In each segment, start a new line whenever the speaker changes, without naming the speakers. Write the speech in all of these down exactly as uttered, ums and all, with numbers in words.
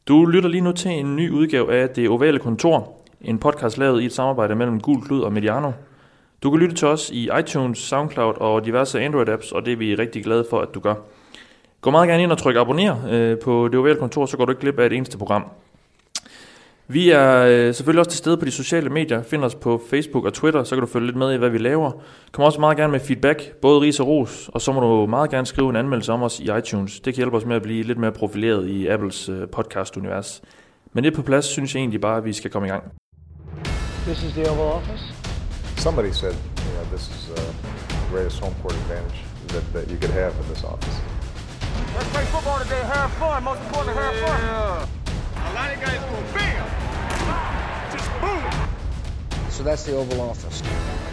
Du lytter lige nu til en ny udgave af Det Ovale Kontor, en podcast lavet i et samarbejde mellem Gul Klud og Mediano. Du kan lytte til os i iTunes, SoundCloud og diverse Android-apps, og det er vi rigtig glade for, at du gør. Gå meget gerne ind og tryk abonner øh, på Det Ovale Kontor, så går du ikke glip af et eneste program. Vi er øh, selvfølgelig også til stede på de sociale medier. Find os på Facebook og Twitter, så kan du følge lidt med i, hvad vi laver. Kom også meget gerne med feedback, både ris og ros, og så må du meget gerne skrive en anmeldelse om os i iTunes. Det kan hjælpe os med at blive lidt mere profileret i Apples øh, podcast-univers. Men det på plads, synes jeg egentlig bare, at vi skal komme i gang.
This is the Oval Office.
Somebody said, you know, this is the uh, greatest home court advantage that, that you could have in this office.
Let's play football today, have fun. Most important, have fun. A lot of guys go bam, just boom.
So that's the Oval Office.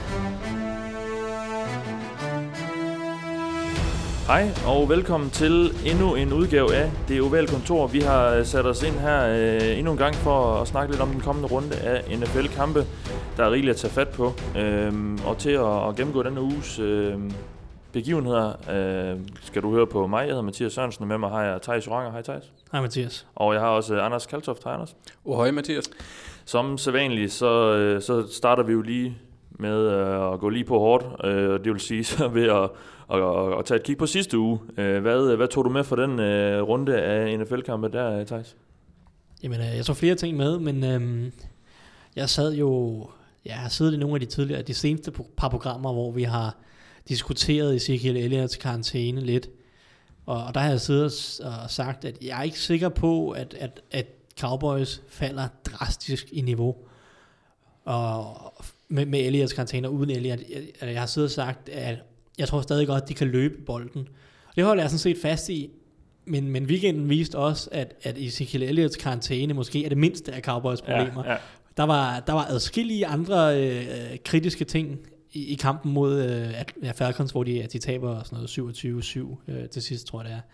Hej og velkommen til endnu en udgave af Det Ovale Kontor. Vi har sat os ind her øh, endnu en gang for at snakke lidt om den kommende runde af N F L-kampe, der er rigeligt at tage fat på. Øh, og til at, at gennemgå denne uges øh, begivenheder øh, skal du høre på mig. Jeg hedder Mathias Sørensen, og med mig har jeg Thijs Joranger. Hej Thijs.
Hej Mathias.
Og jeg har også uh, Anders Kaltoft. Hej Anders.
Oh, hej Mathias.
Som sædvanligt, så, uh, så starter vi jo lige med uh, at gå lige på hårdt. Uh, det vil sige så ved at, at, at, at tage et kig på sidste uge. Uh, hvad, hvad tog du med for den uh, runde af N F L-kampe der, Thijs?
Jamen, jeg tog flere ting med, men øhm, jeg sad jo... Jeg har siddet i nogle af de tidligere, de seneste par programmer, hvor vi har diskuteret Ezekiel Elliott's karantæne lidt. Og, og der har jeg siddet og sagt, at jeg er ikke sikker på, at, at, at Cowboys falder drastisk i niveau. Og med, med Elliott's karantæne og uden Elliott. Jeg, jeg har siddet og sagt, at jeg tror stadig godt, at de kan løbe bolden. Det holder jeg sådan set fast i. Men, men weekenden viste også, at, at Ezekiel Elliott's karantæne måske er det mindste af Cowboys problemer. Ja, ja. Der var, der var adskillige andre øh, kritiske ting i, i kampen mod øh, Falcons, hvor de, de taber sådan noget syvogtyve syv øh, til sidst, tror jeg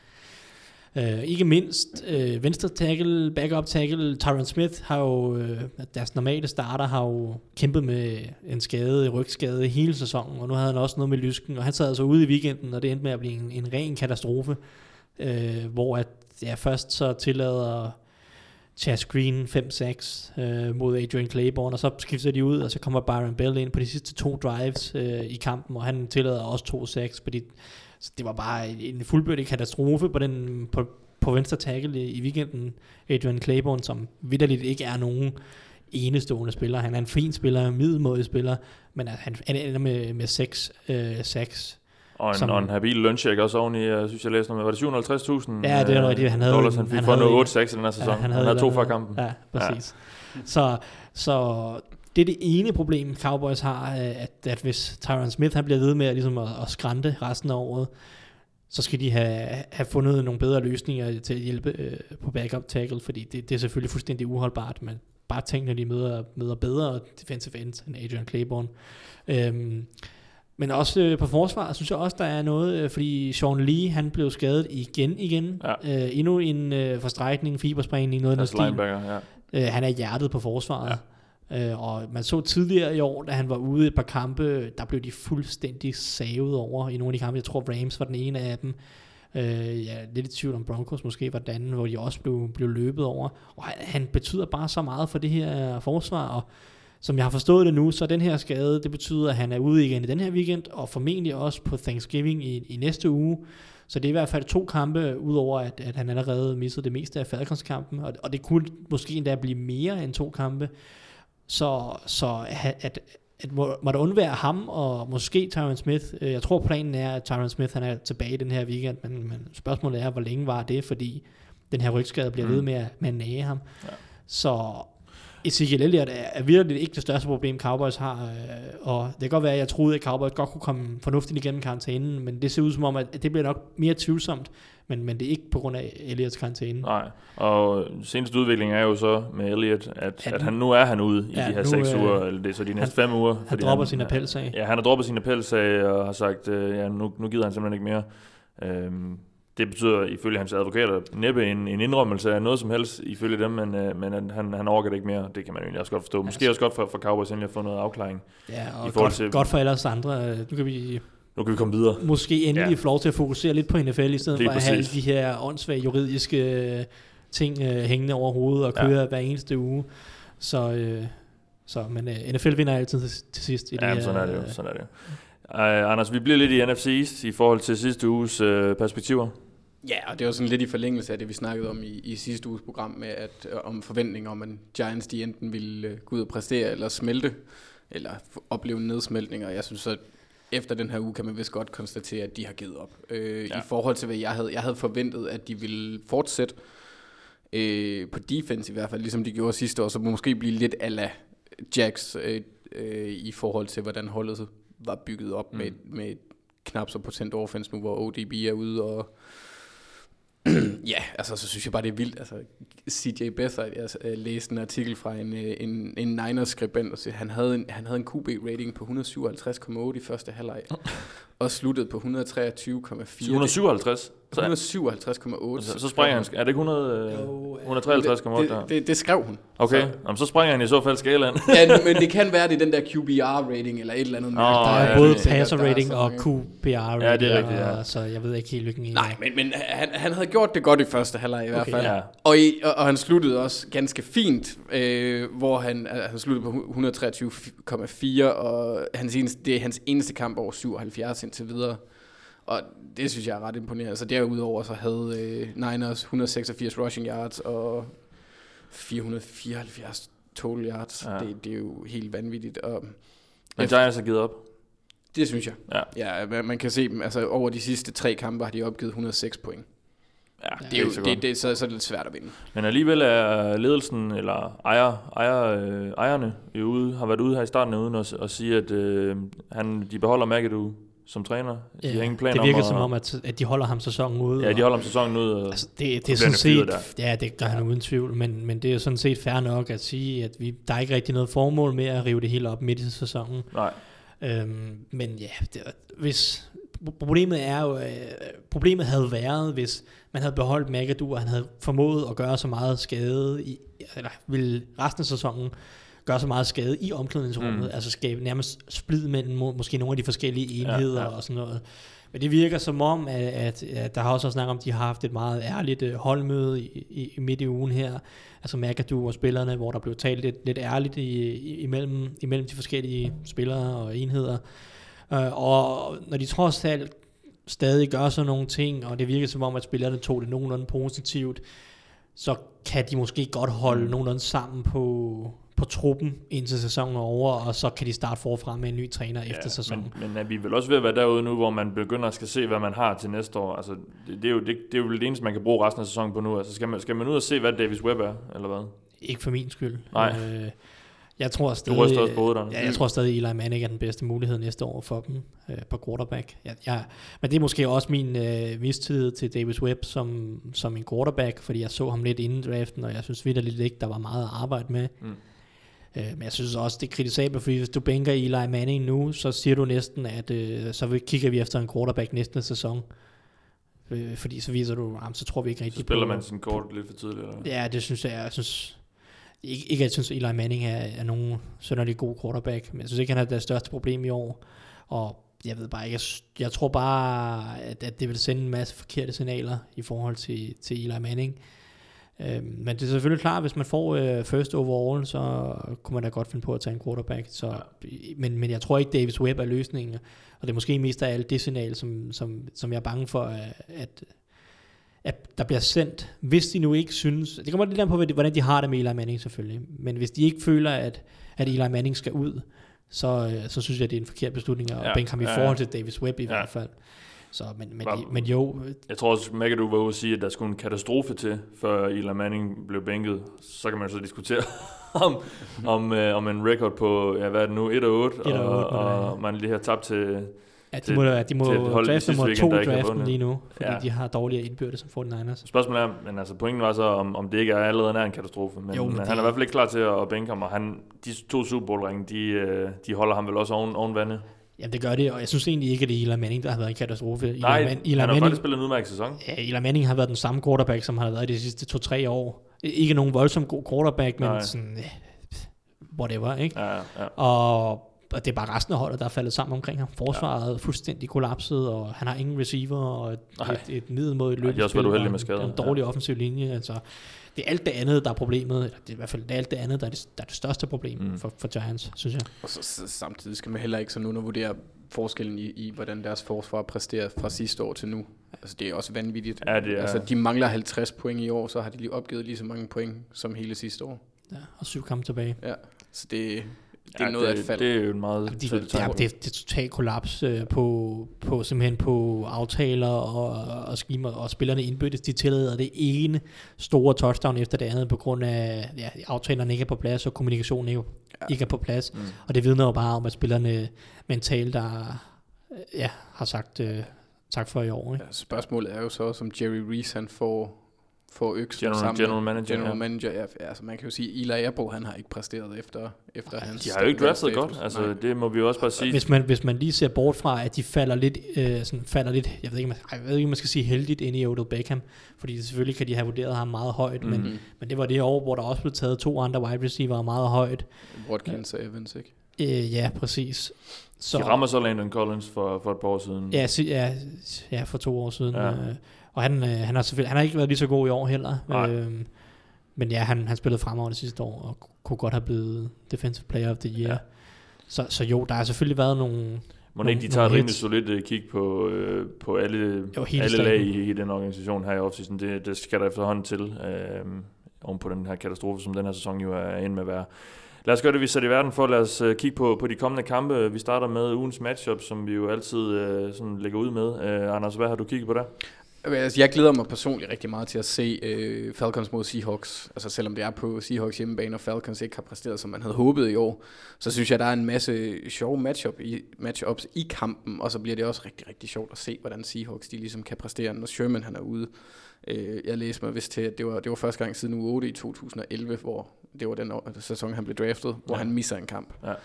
det er. Øh, ikke mindst øh, venstre tackle, backup tackle, Tyron Smith har jo, øh, deres normale starter har jo kæmpet med en skade, rygskade hele sæsonen, og nu havde han også noget med lysken, og han sad altså ude i weekenden, og det endte med at blive en, en ren katastrofe, øh, hvor at, ja, først så tillader Chaz Green fem seks øh, mod Adrian Claiborne, og så skifter de ud, og så kommer Byron Bell ind på de sidste to drives øh, i kampen, og han tillader også to seks, fordi så det var bare en fuldbyrdig katastrofe på, den, på, på venstre tackle i, i weekenden. Adrian Claiborne, som vitterligt ikke er nogen enestående spiller. Han er en fin spiller, en middelmådig spiller, men han ender med, med seks seks.
Og en, som, og en habil løncheck også oveni, jeg synes, jeg læste noget med, var det syv hundrede og halvtreds tusind?
Ja, det er rigtigt. Han havde
dollars, han fik for noget otte seks i den her sæson. Ja,
han havde,
han havde to fra kampen.
Ja, præcis. Ja. Så, så det er det ene problem, Cowboys har, at, at hvis Tyron Smith han bliver ved med at, ligesom at, at skrante resten af året, så skal de have, have fundet nogle bedre løsninger til at hjælpe øh, på backup tackle, fordi det, det er selvfølgelig fuldstændig uholdbart, men bare tænk, når de møder, møder bedre defensive ends end Adrian Claiborne. Øhm, Men også øh, på forsvar, synes jeg også, der er noget, øh, fordi Sean Lee, han blev skadet igen igen. Ja. Øh, endnu en øh, forstrækning, fibersprængning, noget af stil. Ja. Øh, han er hjertet på forsvaret. Ja. Øh, og man så tidligere i år, da han var ude i et par kampe, der blev de fuldstændig savet over i nogle af de kampe. Jeg tror, Rams var den ene af dem. Øh, ja, lidt i tvivl om Broncos måske var den anden, hvor de også blev, blev løbet over. Og han, han betyder bare så meget for det her forsvar, og som jeg har forstået det nu, så den her skade, det betyder, at han er ude igen i den her weekend, og formentlig også på Thanksgiving i, i næste uge. Så det er i hvert fald to kampe, udover at, at han allerede missede det meste af Falcons-kampen, og, og det kunne måske endda blive mere end to kampe. Så, så at, at, at må, må der undvære ham, og måske Tyron Smith. Jeg tror planen er, at Tyron Smith han er tilbage i den her weekend, men, men spørgsmålet er, hvor længe var det, fordi den her rygskade bliver ved med at, med at nage ham. Ja. Så Ezekiel Elliott er, er virkelig ikke det største problem, Cowboys har, øh, og det kan godt være, at jeg troede, at Cowboys godt kunne komme fornuftigt igennem karantænen, men det ser ud som om, at det bliver nok mere tvivlsomt, men, men det er ikke på grund af Elliott's karantæne.
Nej, og seneste udvikling er jo så med Elliott, at, at, at han nu er han ude i ja, de her seks uger, eller det er så de næste han, fem uger.
Han dropper sin appelsag.
Ja, han har droppet sin appelsag og har sagt, øh, ja, nu, nu gider han simpelthen ikke mere. Øhm, Det betyder ifølge hans advokater næppe en, en indrømmelse af noget som helst ifølge dem, men, øh, men han, han orker det ikke mere. Det kan man jo egentlig også godt forstå. Måske også godt for, for Cowboys endelig at få noget afklaring.
Ja, og godt, til, godt for ellers andre. Nu kan vi,
nu kan vi komme videre.
Måske endelig ja. få lov til at fokusere lidt på N F L, i stedet
Lige
for
præcis.
at have de her åndssvage juridiske ting øh, hængende over hovedet og kører
Ja.
hver eneste uge. Så, øh, så men øh, N F L vinder altid til, til sidst. I
Ja,
det
men sådan
her,
er det jo.
øh,
Sådan er det jo. Ej, Anders, vi bliver lidt i N F C East i forhold til sidste uges øh, perspektiver.
Ja, og det var sådan lidt i forlængelse af det, vi snakkede om i, i sidste uges program, med at, øh, om forventninger om, at Giants de enten ville øh, gå ud og præstere eller smelte, eller f- opleve en nedsmeltning, og jeg synes så, efter den her uge kan man vist godt konstatere, at de har givet op. Øh,
Ja.
I forhold til, hvad jeg havde, jeg havde forventet, at de ville fortsætte øh, på defense i hvert fald, ligesom de gjorde sidste år, så måske blive lidt a la Jacks øh, øh, i forhold til, hvordan holdet var bygget op mm. med, med knap så potent offense nu, hvor O D B er ude og ja, altså så synes jeg bare, det er vildt. Altså, C J Beathard, jeg uh, læste en artikel fra en, en, en Niners-skribent, og siger, han havde en, han havde en Q B-rating på et hundrede syvoghalvtreds komma otte i første halvleg, og sluttede på et hundrede treogtyve komma fire.
et hundrede syvoghalvtreds?
et hundrede syvoghalvtreds komma otte.
Så, så springer han. Er det ikke hundrede, øh,
Jo,
et hundrede treoghalvtreds komma otte?
det, det, det skrev hun.
Okay,
Så,
jamen, så springer han i så fald skalaen.
ja, men det kan være, det er den der Q B R-rating, eller et eller andet.
Åh,
Der
ja,
er
det
både
er
sikkert,
passer
der er
rating
så
og
mange.
Q B R rating,
Ja, det er rigtigt, ja.
og, så jeg ved ikke helt, hvilken en.
Nej, men, men han, han havde gjort det godt i første halvleg i hvert
Okay,
fald.
ja.
Og, i, og, og han sluttede også ganske fint, øh, hvor han, altså, han sluttede på et hundrede treogtyve komma fire, og hans eneste, det er hans eneste kamp over syvoghalvfjerds indtil videre. Og det synes jeg er ret imponerende. Så derudover så havde øh, Niners et hundrede seksogfirs rushing yards og fire hundrede fireoghalvfjerds total yards.
Ja.
Det, det er jo helt vanvittigt. Og
Men Giants har givet op.
det synes jeg.
Ja.
Ja, man, man kan se dem, altså over de sidste tre kampe har de opgivet et hundrede og seks point.
Ja,
Det er jo,
ikke så
det,
godt.
det, så, så er det lidt svært at vinde.
Men alligevel er ledelsen, eller ejer, ejer, øh, ejerne jo ude, har været ude her i starten uden at, at sige, at øh, han, de beholder McAdoo som træner. De
Ja,
har ingen planer
det virker
om at,
som om, at, at de holder ham sæsonen ude.
Ja, de
og-
holder ham sæsonen ud. Og,
Altså, det, det
så
er
bliver
sådan
han fyret
set,
der.
ja, det gør han uden tvivl, men, men det er jo sådan set fair nok at sige, at vi, der er ikke rigtig noget formål med at rive det hele op midt i sæsonen.
nej,
Øhm, men ja, det, hvis, problemet er jo, øh, problemet havde været, hvis man havde beholdt McAdoo, og han havde formået at gøre så meget skade, i, eller ville resten af sæsonen gøre så meget skade i omklædningsrummet, mm. altså skabe nærmest splid mellem må, måske nogle af de forskellige enheder
Ja, ja.
og sådan noget. Men det virker som om, at, at, at der har også snakket om, at de har haft et meget ærligt øh, holdmøde i, i, i midt i ugen her, altså McAdoo og spillerne, hvor der blev talt lidt, lidt ærligt i, i, imellem, imellem de forskellige spillere og enheder. Uh, og når de trods alt stadig gør sådan nogle ting, og det virker som om, at spillerne tog det nogenlunde positivt, så kan de måske godt holde mm. nogenlunde sammen på, på truppen, indtil sæsonen er over, og så kan de starte forfra med en ny træner ja, efter sæsonen.
men, men er vi vel også ved at være derude nu, hvor man begynder at skal se, hvad man har til næste år? Altså, det, det, er jo, det, det er jo det eneste, man kan bruge resten af sæsonen på nu. Altså, skal man, skal man ud og se, hvad Davis Webb er, eller hvad?
Ikke for min skyld.
Nej.
Øh, jeg tror stadig,
Du ryster også på hovedet, Anders.
ja, jeg tror stadig, Eli Manning er den bedste mulighed næste år for dem øh, på quarterback. Ja, ja, men det er måske også min øh, mistillid til Davis Webb som, som en quarterback, fordi jeg så ham lidt inden draften, og jeg synes vitterligt ikke, der var meget at arbejde med. Mm. Øh, men jeg synes også, det er kritisabelt, fordi hvis du bænker Eli Manning nu, så siger du næsten, at øh, så kigger vi efter en quarterback næste sæson. Øh, fordi så viser du, jamen, så tror vi ikke
Så
rigtig
spiller
på.
man sin kort lidt for tidligt, eller?
Ja, det synes jeg. Jeg synes ikke, ikke at jeg synes, at Eli Manning er, er nogen sønderlig god quarterback, men jeg synes ikke, han er det største problem i år. Og jeg ved bare ikke, jeg, jeg tror bare, at, at det vil sende en masse forkerte signaler i forhold til, til Eli Manning. Øhm, men det er selvfølgelig klart, hvis man får øh, first overall, så kunne man da godt finde på at tage en quarterback. Så, ja. men, men jeg tror ikke, Davis Webb er løsningen. Og det er måske mest af alt det signal, som, som, som jeg er bange for, at, at der bliver sendt, hvis de nu ikke synes, det kommer lidt an på, hvordan de har det med Eli Manning selvfølgelig, men hvis de ikke føler, at, at Eli Manning skal ud, så, så synes jeg, det er en forkert beslutning at
Ja,
bænke ham i
ja,
forhold til Davis Webb i
ja.
hvert fald. Så, men, men,
Var-
men jo,
Jeg tror også, McAdoo var ude at sige, at der skulle en katastrofe til, før Eli Manning blev bænket. Så kan man så diskutere om, om, øh, om en record på, ja, hvad er det nu, et og otte,
et og
og,
otte,
og,
ja.
man lige har tabt til...
ja, de
til-
må, de må
til et hold i
draft
sidste
nummer
weekend,
to
der ikke har
draften
vundet.
lige nu, fordi
Ja.
de har dårligere indbyrdes som forty-niners.
Spørgsmålet er, men altså pointen var så, om, om det ikke er allerede nær en katastrofe. Men,
Jo,
jo,
men
men
det-
han er i hvert fald ikke klar til at bænke ham, og han, de to Super Bowl-ringe, de, øh, de holder ham vel også oven, oven vandet.
Jamen det gør det, og jeg synes egentlig ikke, at det er Eli Manning, der har været en katastrofe. Eli,
Nej,
Man, Eli
han har
Manning,
faktisk spillet en udmærket sæson.
ja, Eli Manning har været den samme quarterback, som han har været de sidste to-tre år. Ikke nogen voldsom god quarterback, men
Nej.
sådan, eh, whatever, ikke?
Ja, ja.
Og og det er bare resten af holdet, der er faldet sammen omkring ham. Forsvaret er fuldstændig kollapset, og han har ingen receiver, og et, et, et middelmådigt løbespil.
De har også været uheldige med skader.
En dårlig ja. offensiv linje, altså det er alt det andet, der er problemet, eller det er i hvert fald det er alt det andet, der er det, der er det største problem mm. for, for Giants, synes jeg. Og så,
så samtidig skal man heller ikke sådan undervurdere forskellen i, i, hvordan deres forsvar præsterer fra sidste år til nu. Altså det er også vanvittigt.
Ja, det er...
Altså de mangler halvtreds point i år, så har de lige opgivet lige så mange point som hele sidste år.
Ja, og syv kampe tilbage.
Ja, så det, det er
ja,
noget
det,
af et fald.
Det er jo en meget...
De, det, er, det, er, det er totalt kollaps øh, på, på, simpelthen på aftaler og, og schema, og spillerne indbyttes. De tillader det ene store touchdown efter det andet, på grund af ja, aftalerne ikke er på plads, og kommunikationen ikke, ja. ikke er på plads. Mm. Og det vidner jo bare om, at spillerne mentalt der, ja, har sagt øh, tak for i år. Ikke?
Ja, spørgsmålet er jo så, som Jerry Reese han får... for øksen
general,
sammen
general manager,
general
ja.
manager ja, altså man kan jo sige Eli Apple han har ikke præsteret efter efter
Ej,
hans
de har jo ikke draftet godt, altså nej. Det må vi jo også bare sige.
Hvis man hvis man lige ser bort fra at de falder lidt øh, sådan falder lidt jeg ved ikke man, jeg ved ikke man skal sige heldigt ind i Odell Beckham, fordi selvfølgelig kan de have vurderet ham meget højt, mm-hmm. men men det var det år hvor der også blev taget to andre wide receiver meget højt.
Watkins og Evans, ikke?
Øh, ja, præcis.
Så de rammer så Landon Collins for for et par år siden.
Ja, si, ja, ja for to år siden. Ja. Øh, Og han, øh, han har selvfølgelig, han har ikke været lige så god i år heller. Øhm, men ja, han, han spillede fremragende sidste år, og kunne godt have blevet Defensive Player of the Year. Ja. Så, så jo, der har selvfølgelig været nogle...
Må ikke de tager et rimelig solidt uh, kig på, øh, på alle, jo, alle lag i, i den organisation her i offseason. Det, det skal der efterhånden til, øh, oven på den her katastrofe, som den her sæson jo er inde med at være. Lad os gøre det, vi sætter i verden for. Lad os uh, kigge på, på de kommende kampe. Vi starter med ugens matchup, som vi jo altid uh, sådan lægger ud med. Uh, Anders, hvad har du kigget på der?
Jeg glæder mig personligt rigtig meget til at se øh, Falcons mod Seahawks. Altså selvom det er på Seahawks hjemmebane, og Falcons ikke har præsteret, som man havde håbet i år, så synes jeg, der er en masse sjove matchup i, matchups i kampen, og så bliver det også rigtig, rigtig sjovt at se, hvordan Seahawks de ligesom kan præstere, når Sherman han er ude. Øh, jeg læste mig vist til, at det var, det var første gang siden uge otte i to tusind og elleve, hvor det var den år, sæson, han blev draftet, hvor ja. han misser en kamp. Ja.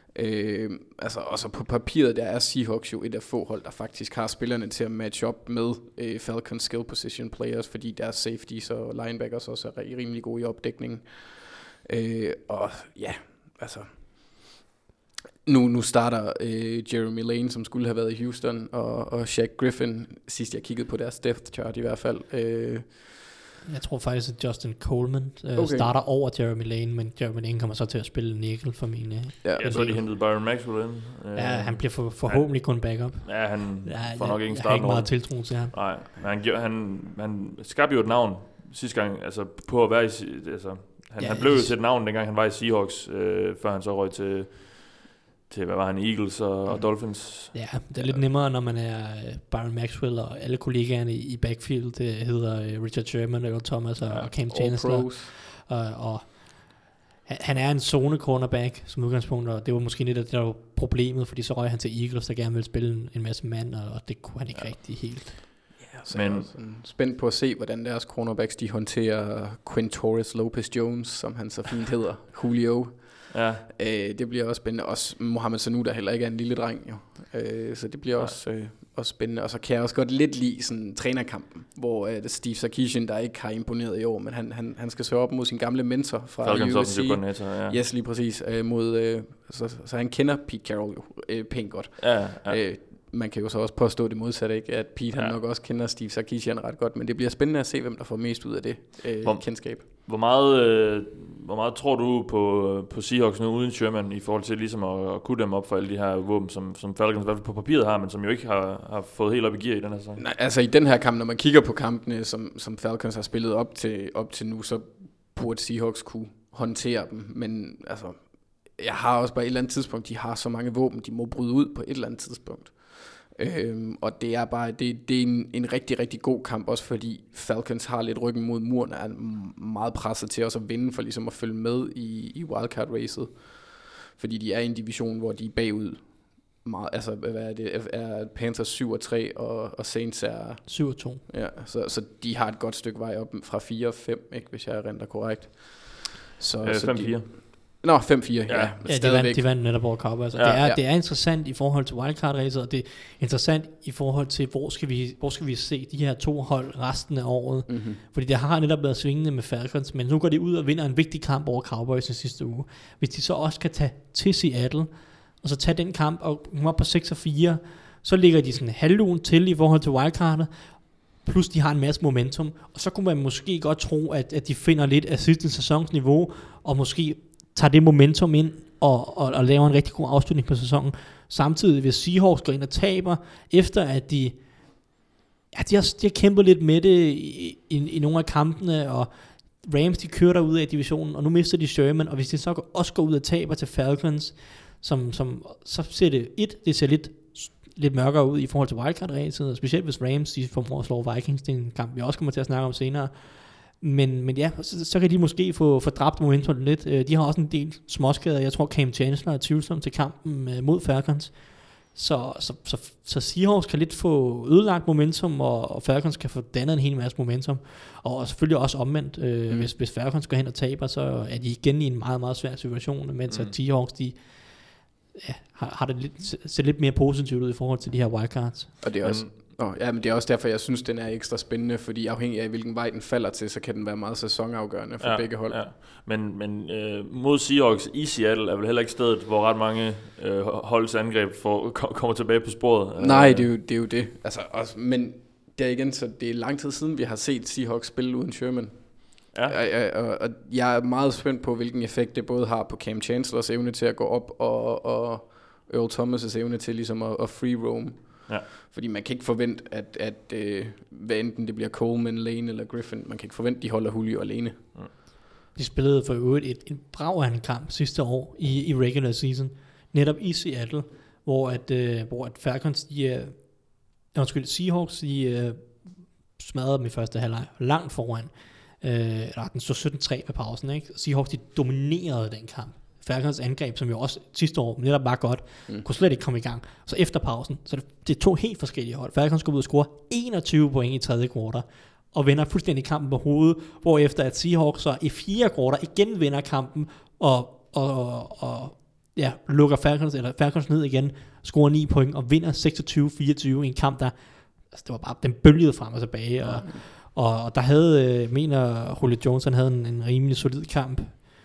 Øh, altså også på papiret der er Seahawks jo et af få hold der faktisk har spillerne til at matche op med øh, Falcons skill position players, fordi deres safeties og linebackers også er rimelig gode i opdækningen. øh, og ja altså nu, nu starter øh, Jeremy Lane, som skulle have været i Houston, og, og Shaq Griffin, sidst jeg kiggede på deres depth chart i hvert fald. øh,
Jeg tror faktisk, at Justin Coleman øh, okay. starter over Jeremy Lane, men Jeremy Lane kommer så til at spille nickel for mine.
Ja, ja så har de hentet Byron Maxwell ind.
Ja, han bliver for, forhåbentlig ja. kun backup.
Ja, han ja, får nok ikke
en
start.
Jeg har ikke meget tiltro til ham.
Nej, men han, han, han skabte jo et navn sidste gang, altså på at være i, altså, han, ja, han blev jo til et navn, dengang han var i Seahawks, øh, før han så røg til... til, hvad var han, Eagles og, og Dolphins.
Ja, det er lidt nemmere, når man er Byron Maxwell, og alle kollegaerne i, i backfield, det hedder Richard Sherman, Earl Thomas og, ja, og Cam Chancellor. Og, og han er en zone cornerback som udgangspunkt, og det var måske lidt af det, der var problemet, fordi så røg han til Eagles, der gerne ville spille en masse mand, og, og det kunne han ikke ja. rigtig helt.
Ja, så men er jeg sådan spændt på at se, hvordan deres cornerbacks, de håndterer Quintorris Lopez-Jones, som han så fint hedder, Julio. Ja. Øh, det bliver også spændende. Også Mohamed Sanu, der heller ikke er en lille dreng, jo. Øh, så det bliver ja. også, øh, også spændende. Og så kan jeg også godt lidt lide sådan trænerkampen, hvor øh, Steve Sarkisian, der ikke har imponeret i år, men han, han, han skal søge op mod sin gamle mentor fra U S C. Ja. Yes, lige præcis. Øh, mod, øh, så, så han kender Pete Carroll jo øh, pænt godt. Ja, ja. Øh, man kan jo så også påstå det modsatte, ikke? At Pete ja. han nok også kender Steve Sarkisian ret godt, men det bliver spændende at se, hvem der får mest ud af det øh, hvor, kendskab.
Hvor meget, øh, hvor meget tror du på, på Seahawks nu uden Sherman i forhold til ligesom at, at kunne dem op for alle de her våben, som, som Falcons i hvert fald på papiret har, men som jo ikke har, har fået helt op i gear i den her sæson?
Nej, altså i den her kamp, når man kigger på kampene, som, som Falcons har spillet op til, op til nu, så burde Seahawks kunne håndtere dem, men altså, jeg har også bare et eller andet tidspunkt, de har så mange våben, de må bryde ud på et eller andet tidspunkt. Øhm, og det er bare det, det er en, en rigtig rigtig god kamp, også fordi Falcons har lidt ryggen mod muren, er meget presset til også at vinde for ligesom at følge med i, i wildcard racet, fordi de er i en division hvor de er bagud meget, altså hvad er det, er Panthers syv og tre og, og Saints er
syv og to.
Ja, så, så de har et godt stykke vej op fra fire og fem, ikke, hvis jeg erindrer korrekt.
Så, øh, så fem fire.
Nå, fem fire, ja.
Ja, ja de, vandt, de vandt netop over Cowboys. Ja, det, er, ja. det er interessant i forhold til wildcard-racet, og det er interessant i forhold til, hvor skal vi, hvor skal vi se de her to hold resten af året. Mm-hmm. Fordi det har netop været svingende med Falcons, men nu går de ud og vinder en vigtig kamp over Cowboys i sidste uge. Hvis de så også kan tage til Seattle og så tage den kamp og komme op på seks og fire, så ligger de sådan halvlugen til i forhold til wildcardet, plus de har en masse momentum, og så kunne man måske godt tro, at, at de finder lidt af sidste sæsons niveau, og måske tager det momentum ind, og, og, og laver en rigtig god afslutning på sæsonen. Samtidig hvis Seahawks går ind og taber, efter at de, ja, de har, de har kæmpet lidt med det i, i, i nogle af kampene, og Rams de kører derud af divisionen, og nu mister de Sherman, og hvis de så også går ud og taber til Falcons, som, som, så ser det et, det ser lidt lidt mørkere ud i forhold til wildcard-ræset, specielt hvis Rams de formår at slå Vikings, det er en kamp, vi også kommer til at snakke om senere. Men, men ja, så, så kan de måske få, få dræbt momentum lidt. De har også en del småskader. Jeg tror, Cam Chancellor er tvivlsom til kampen mod Falcons. Så, så, så, så Seahawks kan lidt få ødelagt momentum, og, og Falcons kan få dannet en hel masse momentum. Og selvfølgelig også omvendt. Øh, mm. hvis, hvis Falcons går hen og taber, så er de igen i en meget, meget svær situation, mens mm. at Seahawks, de ja, har, har det lidt, ser lidt mere positivt ud i forhold til de her wildcards.
Og det er også, mm. oh, ja, men det er også derfor, jeg synes, den er ekstra spændende, fordi afhængig af, hvilken vej den falder til, så kan den være meget sæsonafgørende for ja, begge hold. Ja.
Men, men øh, mod Seahawks i Seattle er vel heller ikke stedet, hvor ret mange øh, holds angreb for, kommer tilbage på sporet.
Nej, det er jo det. Er jo det. Altså, også, men der igen, så det er lang tid siden, vi har set Seahawks spille uden Sherman. Ja. Og, og, og jeg er meget spændt på, hvilken effekt det både har på Cam Chancellors evne til at gå op, og, og Earl Thomas' evne til ligesom at, at free roam. Ja. Fordi man kan ikke forvente, at, at øh, hvad enten det bliver Coleman, Lane eller Griffin, man kan ikke forvente, at de holder Julio alene. Ja.
De spillede for øvrigt et, et brav af en kamp sidste år i, i regular season, netop i Seattle, hvor at, øh, hvor at Falcons, de er, undskyld, Seahawks, de øh, smadrede dem i første halvleg, langt foran. Øh, eller den stod sytten tre ved pausen, ikke? Seahawks, de dominerede den kamp. Falcons angreb, som jo også sidste år netop var godt, mm. kunne slet ikke komme i gang. Så efter pausen, så det, det er to helt forskellige hold. Falcons går ud og score enogtyve point i tredje kvartal, og vinder fuldstændig kampen på hovedet, hvorefter at Seahawks så i fjerde kvartal igen vinder kampen, og, og, og ja, lukker Falcons, eller Falcons ned igen, scorer ni point, og vinder seksogtyve fireogtyve i en kamp, der, altså det var bare, den bølgede frem og tilbage, og, og, og der havde, mener Julio Jones, han havde en, en rimelig solid kamp.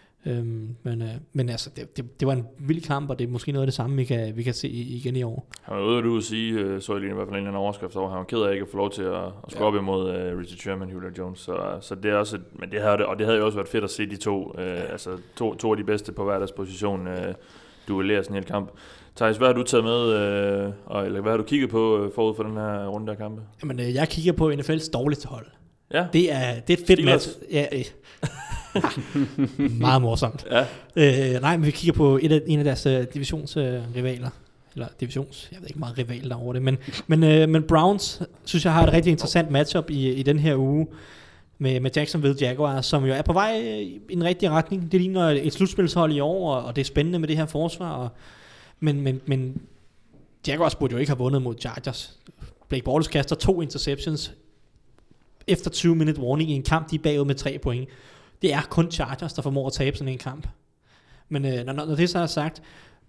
Øhm, men, øh, men altså det, det, det var en vild kamp, og det er måske noget af det samme vi kan, vi kan se igen i år.
Han var ude at sige, øh, så jeg lige i hvert fald en eller anden overskrift over, han var ked af ikke at få lov til at, at skubbe ja. op imod øh, Richard Sherman, Julio Jones, så, så det er også et, men det havde, og det havde jo også været fedt at se de to, øh, ja. altså to, to af de bedste på hver deres position øh, duellere sådan en hel kamp. Thijs, hvad har du taget med, øh, og, eller hvad har du kigget på øh, forud for den her runde af kampe?
Jamen øh, jeg kigger på N F L's dårligste hold.
Ja.
Det er, det er et fedt match. Ja, øh. meget morsomt. Ja. Øh, nej, men vi kigger på et af, en af deres uh, divisionsrivaler. Uh, eller divisions, jeg ved ikke meget rival derovre det, men, men, uh, men Browns, synes jeg har et rigtig interessant matchup i, i den her uge med, med Jacksonville Jaguars, som jo er på vej i en rigtig retning. Det ligner et slutspilshold i år, og, og det er spændende med det her forsvar. Og, men, men, men Jaguars burde jo ikke have vundet mod Chargers. Blake Bortles kaster to interceptions efter tyve minute warning i en kamp, de er bagud med tre point. Det er kun Chargers, der formår at tabe sådan en kamp. Men øh, når, når det så er sagt,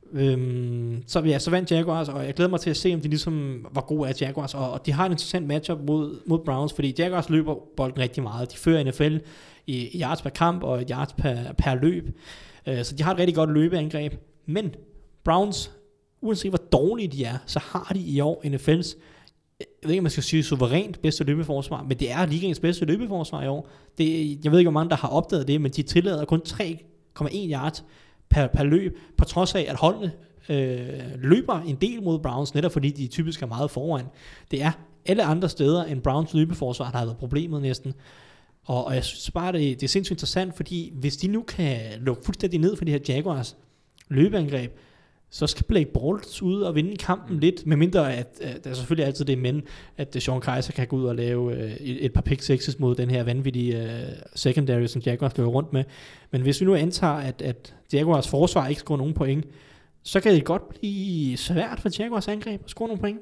øhm, så, ja, så vandt Jaguars, og jeg glæder mig til at se, om de ligesom var gode af Jaguars, og, og de har en interessant matchup mod, mod Browns, fordi Jaguars løber bolden rigtig meget. De fører N F L i, i yards per kamp og yards per, per løb, øh, så de har et rigtig godt løbeangreb. Men Browns, uanset hvor dårlige de er, så har de i år N F L's, jeg ved ikke, om man skal sige suverænt bedste løbeforsvar, men det er ligaens bedste løbeforsvar i år. Det, jeg ved ikke, hvor mange der har opdaget det, men de tillader kun tre komma en yards per, per løb, på trods af, at holdene øh, løber en del mod Browns, netop fordi de typisk er meget foran. Det er alle andre steder end Browns løbeforsvar, der har været problemet næsten. Og, og jeg synes bare, det, det er sindssygt interessant, fordi hvis de nu kan lukke fuldstændig ned for de her Jaguars løbeangreb, så skal Blake Bortles ud og vinde kampen mm. lidt, medmindre at, at der er selvfølgelig altid det men, at Sean Kaiser kan gå ud og lave uh, et, et par pick sixes mod den her vanvittige uh, secondary, som Jaguars løber rundt med. Men hvis vi nu antager, at, at Jaguars forsvar ikke scorer nogen point, så kan det godt blive svært for Jaguars angreb at score nogle point.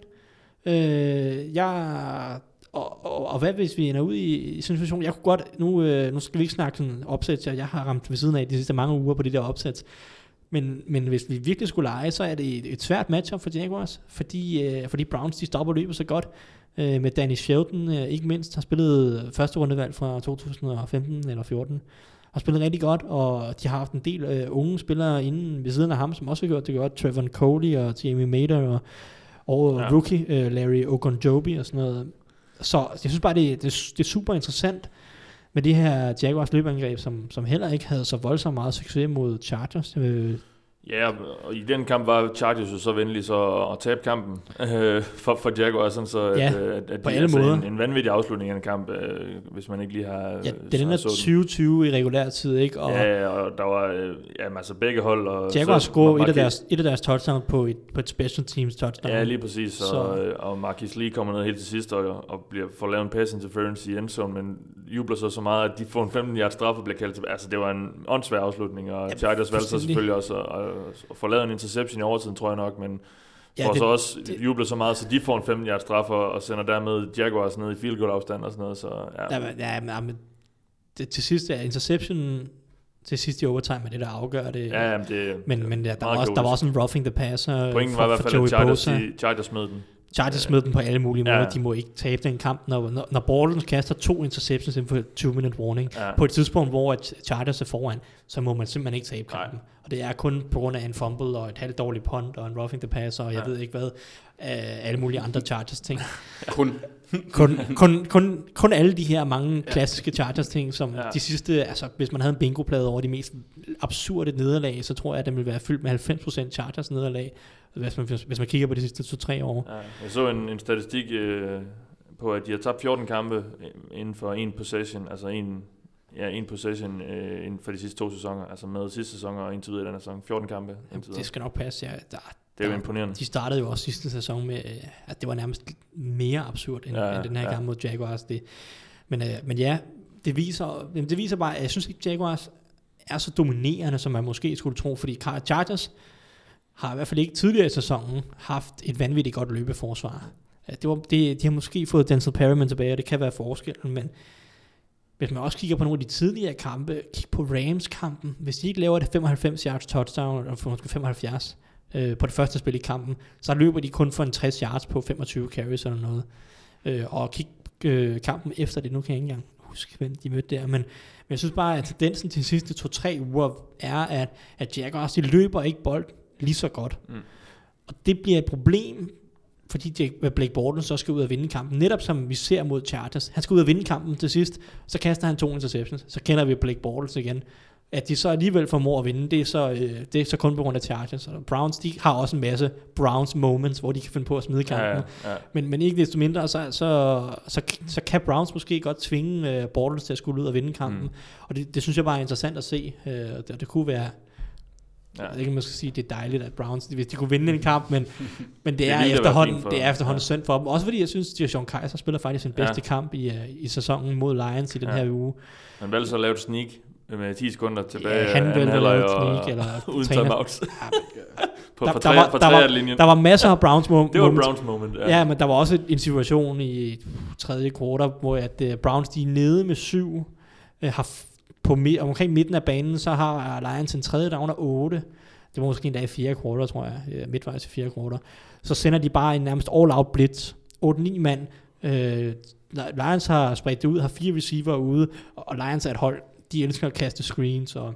Uh, jeg... Og, og, og hvad hvis vi ender ud i, i sådan en situation? Jeg kunne godt, nu, øh, nu skal vi ikke snakke sådan opsæt, jeg har ramt ved siden af de sidste mange uger på de der opsæt. Men, men hvis vi virkelig skulle lege, så er det et, et svært matchup for Jaguars, fordi, øh, fordi Browns de stopper løbet så godt, øh, med Danny Shelton, øh, ikke mindst, har spillet første rundevalg fra to tusind og femten eller fjorten, har spillet rigtig godt, og de har haft en del øh, unge spillere inden ved siden af ham, som også har gjort det godt. Trevor Coley og Jamie Mader og, og ja. rookie øh, Larry Ogunjobi og sådan noget. Så jeg synes bare, det, det, det er super interessant med det her Jaguars løbeangreb, som, som heller ikke havde så voldsomt meget succes mod Chargers. Øh,
Ja, og i den kamp var Chargers jo så venlig så at tabe kampen øh, for, for Jaguars, sådan så
ja,
at, at, at
på
de,
alle
altså
måder.
En, en vanvittig afslutning af en kamp, øh, hvis man ikke lige har
ja, den er tyve tyve i regulær tid, ikke? Og
ja, og der var øh, ja, altså begge hold. Og
Jaguars scorede et af deres et af deres touchdown på et på et special teams touchdown.
Ja, lige præcis. Så. Og, og Marquise Lee kommer ned helt til sidst og, og bliver får lavet en pass interference i endzone, men jubler så så meget, at de får en femten yard straf og bliver kaldt tilbage. Altså det var en åndssvær afslutning, og ja, Chargers valgte så selvfølgelig også at, at, at få lavet en interception i overtiden, tror jeg nok, men ja, får det, så også det, jubler så meget, så de får en femten yard straf og, og sender dermed Jaguars ned i field goal afstand og sådan noget. Så, ja.
Ja, men, ja, men det, til sidst er interception til sidst i overtime med det, der afgør det.
Ja, jamen det
men, men ja, der, var også, der var også en roughing the passer.
Pointen var i hvert fald, at Chargers, Chargers smed den.
Chargers smed den på alle mulige måder. Ja. De må ikke tabe den kamp, når, når, når Bortles kaster to interceptions inden for tyve minute warning. Ja. På et tidspunkt, hvor Chargers er foran, så må man simpelthen ikke tabe kampen. Nej. Og det er kun på grund af en fumble og et halvt dårligt punt og en roughing the passer og jeg ja. ved ikke hvad. Uh, alle mulige andre Chargers ting.
kun.
kun, kun, kun, kun alle de her mange klassiske Chargers ting, som ja. de sidste, altså hvis man havde en bingo-plade over de mest absurde nederlag, så tror jeg, at den ville være fyldt med halvfems procent Chargers nederlag, hvis man, hvis man kigger på de sidste to-tre år.
Ja, jeg så en, en statistik øh, på, at de har tabt fjorten kampe inden for en possession, altså en, ja, en possession øh, inden for de sidste to sæsoner, altså med sidste sæson og indtil videre i den sæson. fjorten kampe.
Det skal nok passe, ja. Der,
det er jo
der,
imponerende.
De startede jo også sidste sæson med, at det var nærmest mere absurd end, ja, end den her ja. kamp mod Jaguars. Det. Men, øh, men ja, det viser, det viser bare, at jeg synes ikke, Jaguars er så dominerende, som man måske skulle tro, fordi Chargers har i hvert fald ikke tidligere i sæsonen haft et vanvittigt godt løbeforsvar. Det var, det, de har måske fået Denzel Perryman tilbage, og det kan være forskellen, men hvis man også kigger på nogle af de tidligere kampe, kig på Rams-kampen, hvis de ikke laver det femoghalvfems yards touchdown, eller måske femoghalvfjerds øh, på det første spil i kampen, så løber de kun for en tres yards på femogtyve carries eller noget. Øh, og kig øh, kampen efter det, nu kan jeg ikke engang huske, hvem de mødte der, men, men jeg synes bare, at tendensen til de sidste to-tre uger er, at, at Jaguars, de løber ikke bold lige så godt. Mm. Og det bliver et problem, fordi Blake Bortles så skal ud og vinde kampen. Netop som vi ser mod Chargers. Han skal ud og vinde kampen til sidst, så kaster han to interceptions. Så kender vi Blake Bortles igen. At de så alligevel formår at vinde, det er så, øh, det er så kun på grund af Chargers. Og Browns, de har også en masse Browns moments, hvor de kan finde på at smide kampen. Ja, ja, ja. Men, men ikke desto mindre, så, så, så, så kan Browns måske godt tvinge øh, Bortles til at skulle ud og vinde kampen. Mm. Og det, det synes jeg bare er interessant at se. Øh, det, det kunne være... Ja. Jeg ved ikke, man skal sige, at det er dejligt, at Browns, hvis de kunne vinde en kamp, men, men det, det er efterhånden, for, det er efterhånden ja. synd for dem. Også fordi jeg synes, at Sean Kaiser spiller faktisk sin bedste ja. kamp i, i sæsonen mod Lions i den ja. her uge.
Man valgte så at lave et sneak med ti sekunder tilbage.
Ja, han valgte at lave et sneak. Eller
uden timeouts. På
der, der, var, der, var, der var masser af Browns moment.
Det var Browns moment, ja.
Ja, men der var også en situation i tredje kvartal, hvor at, uh, Browns, de er nede med syv, uh, har på midt, omkring midten af banen, så har Lions en tredje down og otte. Det var måske endda i fjerde kvartal, tror jeg, midtvejs i fjerde kvartal. Så sender de bare en nærmest all-out blitz. otte ni mand. Øh, Lions har spredt det ud, har fire receiver ude, og Lions er et hold, de elsker at kaste screens og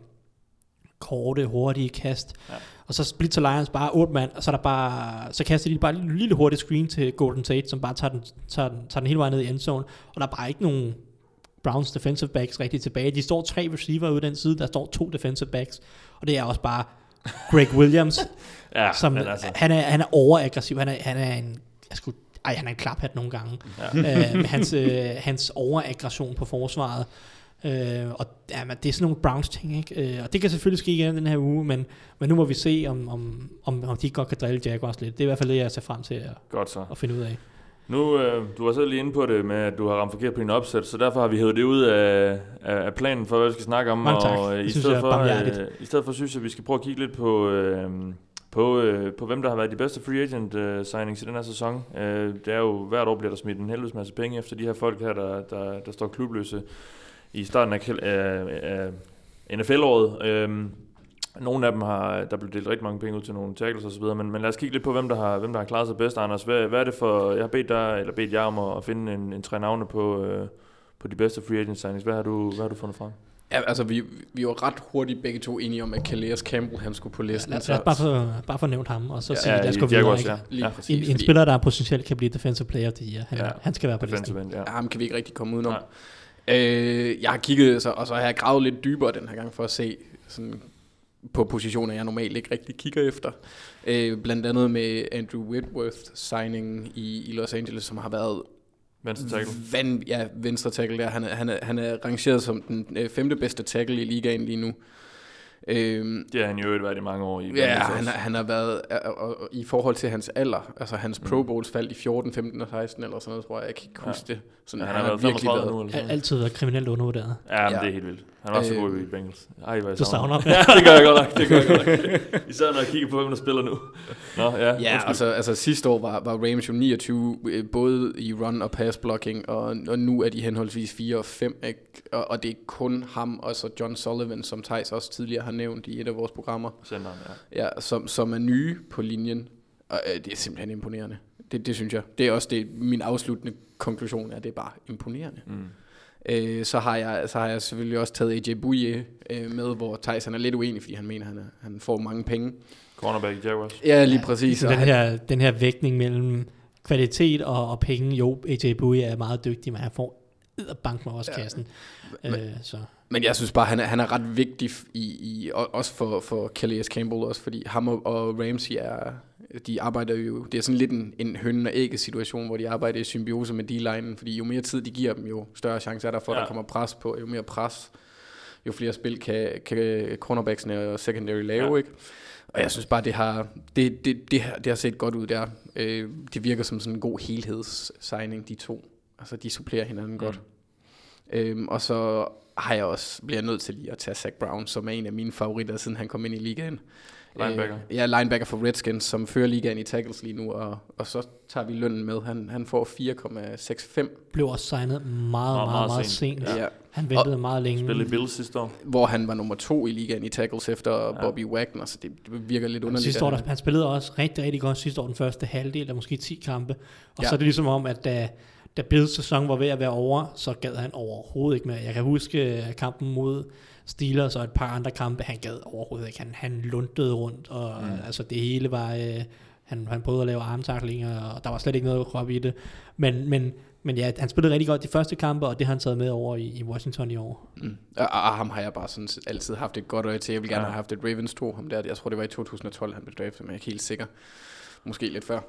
korte, hurtige kast. Ja. Og så splitter Lions bare otte mand, og så, er der bare, så kaster de bare en lille hurtigt screen til Golden Tate, som bare tager den, tager den, tager den hele vejen ned i endzone. Og der er bare ikke nogen Browns defensive backs rigtig tilbage. De står tre receiver ude den side, der står to defensive backs, og det er også bare Greg Williams,
ja,
som altså. han, er, han er overaggressiv. Han er, han er en, jeg skulle, ej, han er en klaphat nogle gange. Ja. Øh, med hans, øh, hans overaggression på forsvaret. Øh, og ja, men det er sådan nogle Browns ting, ikke? Øh, og det kan selvfølgelig ske igen den her uge, men, men nu må vi se, om, om, om, om de godt kan drille Jaguars lidt. Det er i hvert fald det, jeg ser frem til at,
godt så.
at finde ud af.
Nu, øh, du var selv lige inde på det med, at du har ramt forkert på din opsæt, så derfor har vi hævet det ud af, af, af planen for, hvad vi skal snakke om.
Mange tak.
Og, øh, i,
synes,
stedet for,
øh,
I stedet for synes jeg, at vi skal prøve at kigge lidt på, øh, på, øh, på hvem der har været de bedste free agent øh, signings i den her sæson. Øh, det er jo, hvert år bliver der smidt en helvedes masse penge efter de her folk her, der, der, der står klubløse i starten af, af, af N F L-året. Øh, Nogle af dem har, der blev delt rigtig mange penge ud til nogle tackles og så videre, men, men lad os kigge lidt på, hvem der har, hvem der har klaret sig bedst, Anders. Hvad, hvad er det for, jeg har bedt dig, eller bedt jer om at, at finde en, en tre navne på, øh, på de bedste free agent signings. Hvad har du, hvad har du fundet frem?
Ja, altså vi, vi var ret hurtigt begge to enige om, at Calais Campbell, han skulle på listen.
Ja, lad, lad os bare få, bare få nævnt ham, og så
ja,
sige,
ja,
lad os gå
videre.
videre.
Ja.
Lige
Ja.
præcis.
En, en
fordi,
spiller, der potentielt kan blive defensive player of the year. Han,
Ja.
han skal være på listen.
Defensive end, ja.
ja, ham kan vi ikke rigtig komme udenom. Øh, jeg har kigget, så, og så har jeg gravet lidt dybere den her gang, for at se sådan, på positioner, jeg normalt ikke rigtig kigger efter. Øh, blandt andet med Andrew Whitworth signingen i, i Los Angeles, som har været
Venstre tackle.
Van, ja, venstre tackle der. Han er, han er, han er rangeret som den øh, femte bedste tackle i ligaen lige nu. Øhm,
Det har han jo øvrigt været i mange år i.
ja,
Bengals
han,
også.
har- han har været, og, og, og, i forhold til hans alder, altså hans mm. Pro Bowls faldt i fjorten, femten og seksten eller sådan noget, tror jeg. Jeg kan ikke huske
Ja.
det. Sådan,
Ja, han har været femogtredive nu, eller
Al-
sådan.
altid været kriminelt undervurderet.
Ja, men
Ja.
det er helt vildt. Han var så god
Øh,
i Bengals. Ej, hvad jeg
Du savner ham.
Ja, det gør jeg godt nok. Det gør jeg godt nok. Især når jeg kigger på, hvem der spiller nu. Nå, ja.
Ja,
undskyld.
altså, altså sidste år var, var Rams jo niogtyve, øh, både i run og pass blocking, og, og nu er de henholdsvis fire og fem, ikke? Og, og det er kun ham og så John Sullivan, som Theis også tidligere har nævnt i et af vores programmer,
Centeren, ja.
ja, som, som er nye på linjen, og øh, det er simpelthen imponerende. Det, det synes jeg. Det er også det, min afsluttende konklusion er, det er bare imponerende.
Mm.
Øh, så, har jeg, så har jeg selvfølgelig også taget A J Bouye øh, med, hvor Theis han er lidt uenig, fordi han mener, han, er, han får mange penge.
Cornerback i Jaguars.
Ja, lige præcis.
Så
og
den
han-
her, den her vægtning mellem kvalitet og, og penge, jo, A J Bouye er meget dygtig, men han får bank med også kassen.
Men-
Øh, så.
Men jeg synes bare, han er, han er ret vigtig i, i og- også for, for Calais Campbell, også fordi ham og, og Ramsey er, de arbejder jo, det er sådan lidt en, en hønnen og ægget situation, hvor de arbejder i symbiose med D-linen, fordi jo mere tid de giver dem, jo større chance er der for, at
Ja.
der kommer pres på, jo mere pres, jo flere spil kan, kan cornerbacksene og secondary lave,
Ja.
ikke? Og jeg synes bare, det har, det, det, det, har, det har set godt ud der. Øh, det virker som sådan en god helhedssigning, de to. Altså, de supplerer hinanden mm. godt. Øhm, og så har jeg også, bliver jeg nødt til lige at tage Zach Brown, som er en af mine favoritter, siden han kom ind i ligaen.
Linebacker.
Øh, ja, linebacker for Redskins, som fører ligaen i tackles lige nu, og, og så tager vi lønnen med. Han, han får fire komma seksoghalvfems,
Blev også signet meget, meget,
meget
meget, meget
sent.
sent.
ja.
Han ventede meget længe.
Spillede i Bills sidste år.
hvor han var nummer to i ligaen i tackles efter
Ja.
Bobby Wagner, så det, det virker lidt underligt.
Sidste år,
at
der,
han-
han spillede også rigtig, rigtig godt sidste år, den første halvdel, der måske ti kampe. Og
Ja.
så er det ligesom om, at da, da Bills sæson var ved at være over, så gad han overhovedet ikke mere. Jeg kan huske øh, kampen mod Steelers og et par andre kampe, han gad overhovedet ikke. Han, han lundede rundt, og mm. altså det hele var... Øh, han, han prøvede at lave armtaklinger, og der var slet ikke noget at råbe i det. Men, men, men ja, han spillede rigtig godt de første kampe, og det har han taget med over i, i Washington i år.
Mm. Og, og ham har jeg bare sådan altid haft et godt øje til. Jeg vil gerne
Ja.
have haft et Ravens to, ham der. Jeg tror, det var i to tusind og tolv, han blev draftet, men jeg er ikke helt sikker. Måske lidt før.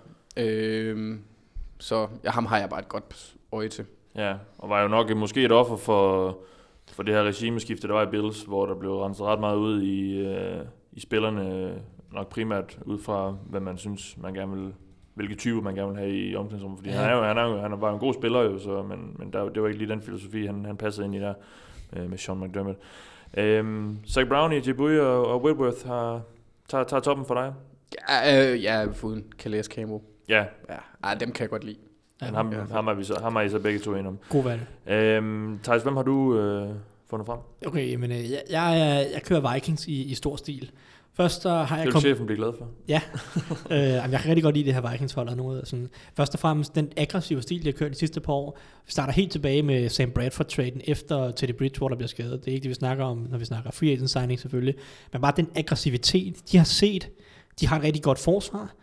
Øhm, så ja, ham har jeg bare et godt øje til.
Ja, og var jo nok måske et offer for, for det her regimeskifte, der var i Bills, hvor der blev renset ret meget ud i, øh, i spillerne, nok primært ud fra, hvad man synes, man gerne vil, hvilke typer man gerne vil have i omklædningsrummet. Fordi
Ja.
ja. han, er jo, han, er jo, han var jo en god spiller, jo, så, men, men der, det var ikke lige den filosofi, han, han passede ind i der øh, med Sean McDermott. Øhm, Zach Brown, A J Bouye og, og Whitworth har, tager, tager toppen for dig?
Ja, øh, ja uden Calais Campbell.
Ja,
Ja, ej, dem kan jeg godt lide.
men ham,
Ja.
ham, er vi så, ham er I så begge to enige om.
God valg.
Øhm, Thijs, hvem har du øh, fundet frem?
Okay, men øh, jeg, jeg, jeg kører Vikings i, i stor stil. Først så har
Det
jeg
vil
kommet...
chefen blive glad for.
Ja, øh, jamen, jeg kan rigtig godt lide det her Vikings-hold og noget. Sådan. Først og fremmest den aggressive stil, de har kørt de sidste par år. Vi starter helt tilbage med Sam Bradford-traden efter Teddy Bridgewater bliver skadet. Det er ikke det, vi snakker om, når vi snakker free agent signing selvfølgelig. Men bare den aggressivitet, de har set. De har et rigtig godt forsvar.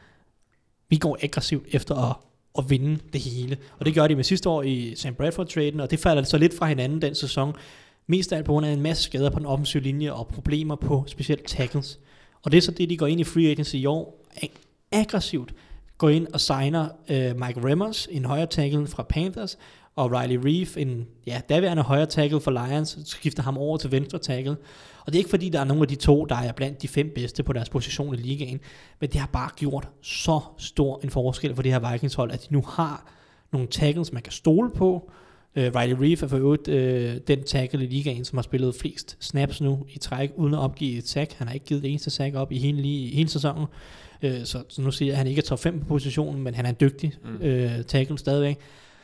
Vi går aggressivt efter at, at vinde det hele. Og det gør de med sidste år i Sam Bradford-traden, og det falder så lidt fra hinanden den sæson. Mest af alt på grund af en masse skader på den offensive linje og problemer på specielt tackles. Og det er så det, de går ind i free agency i år. Aggressivt går ind og signer uh, Mike Remmers, en højre tackle fra Panthers, og Riley Reef, en ja, daværende højre tackle for Lions, skifter ham over til venstre tackle. Og det er ikke fordi, der er nogle af de to, der er blandt de fem bedste på deres position i ligaen, men det har bare gjort så stor en forskel for det her Vikings-hold, at de nu har nogle tackles, man kan stole på. Uh, Riley Reef er for øvrigt uh, den tackle i ligaen, som har spillet flest snaps nu i træk, uden at opgive et sack. Han har ikke givet det eneste sack op i hele, i hele sæsonen. Uh, så, så nu siger jeg, at han ikke er top fem på positionen, men han er en dygtig mm. uh, tackle stadigvæk.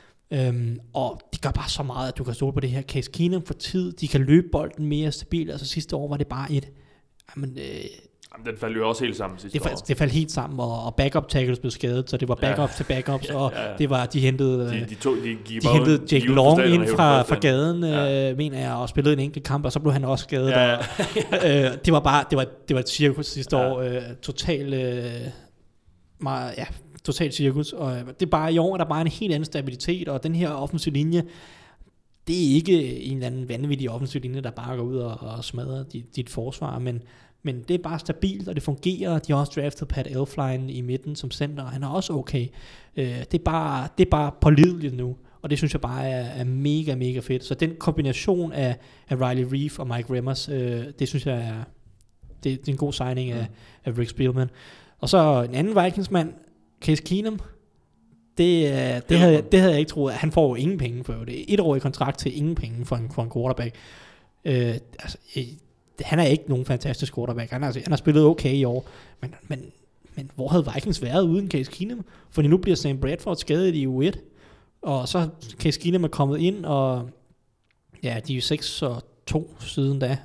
Um, og det gør bare så meget, at du kan stole på det her. Case Keenum for tid, de kan løbe bolden mere stabilt. Altså sidste år var det bare et, jamen, uh,
Jamen, den faldt jo også helt sammen sidste
Det, fald,
år.
det faldt helt sammen, og, og backup tackles blev skadet, så det var backup ja. til backups, og ja, ja. det var, de hentede,
de, de, to, de,
de hentede Jake Long ind fra, fra gaden,
ja.
øh, mener jeg, og spillede en enkelt kamp, og så blev han også skadet.
Ja, ja.
Og, øh, det var bare, det var, det var et cirkus sidste ja. år, øh, total, øh, meget, ja, total cirkus, og det er bare i år, er der bare en helt anden stabilitet, og den her offensiv linje, det er ikke en eller anden vanvittig offensiv linje, der bare går ud og, og smadrer dit, dit forsvar, men Men det er bare stabilt, og det fungerer. De har også draftet Pat Elflein i midten som center, og han er også okay. Øh, det, er bare, det er bare pålideligt nu, og det synes jeg bare er, er mega, mega fedt. Så den kombination af, af Riley Reef og Mike Remmers, øh, det synes jeg er, det, det er en god signing af, mm. af Rick Spielman. Og så en anden Vikingsmand, Case Keenum. Det, øh, det, havde jeg, det havde jeg ikke troet. Han får jo ingen penge for det. Et etårig kontrakt til ingen penge for en, for en quarterback. Øh, altså, han er ikke nogen fantastisk quarterback. Han har, han har spillet okay i år, men, men, men hvor havde Vikings været uden Case Keenum? Fordi nu bliver Sam Bradford skadet i U et, og så Case Keenum er kommet ind, og ja, de er jo seks og to siden da.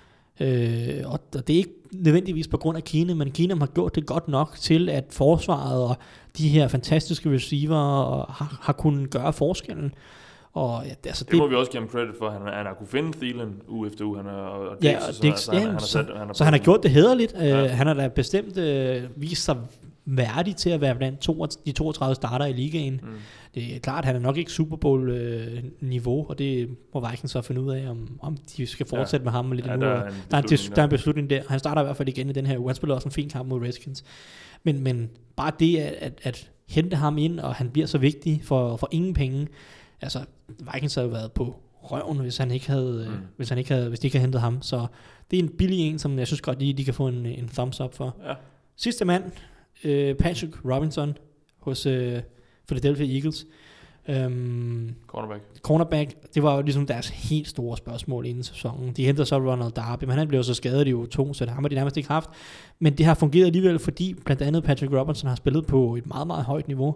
Øh, og det er ikke nødvendigvis på grund af Keenum, men Keenum har gjort det godt nok til, at forsvaret og de her fantastiske receiver har, har kunnet gøre forskellen. Og, ja, altså
det, det må vi også give ham credit for. Han, han har kunne finde Thielen uge efter uge. Han er, og
ja, og
så,
Dix,
så, han,
ja,
han har
så,
sat, han har
så han har gjort det hæderligt.
Ja.
Uh, han har da bestemt uh, vist sig værdig til at være blandt to, de toogtredive starter i ligaen. Mm. Det er klart, at han er nok ikke Super Bowl-niveau, uh, og det må Vikings så finde ud af, om, om de skal fortsætte ja. med ham lidt ja, nu. Der er, en der, er en, der er en beslutning der. Han starter i hvert fald igen i den her uge. Han spiller også en fin kamp mod Redskins. Men, men bare det at, at, at hente ham ind, og han bliver så vigtig for, for ingen penge. Altså, Vikings havde jo været på røven, hvis han ikke havde, mm. hvis han ikke havde, hvis de ikke havde hentet ham. Så det er en billig en, som jeg synes godt, de, de kan få en, en thumbs up for. Ja. Sidste mand, øh, Patrick Robinson hos øh, Philadelphia Eagles. Um,
cornerback.
Cornerback, det var jo ligesom deres helt store spørgsmål inden sæsonen. De hentede så Ronald Darby, men han blev så skadet i U to, så det har man de nærmest ikke haft. Men det har fungeret alligevel, fordi blandt andet Patrick Robinson har spillet på et meget, meget højt niveau.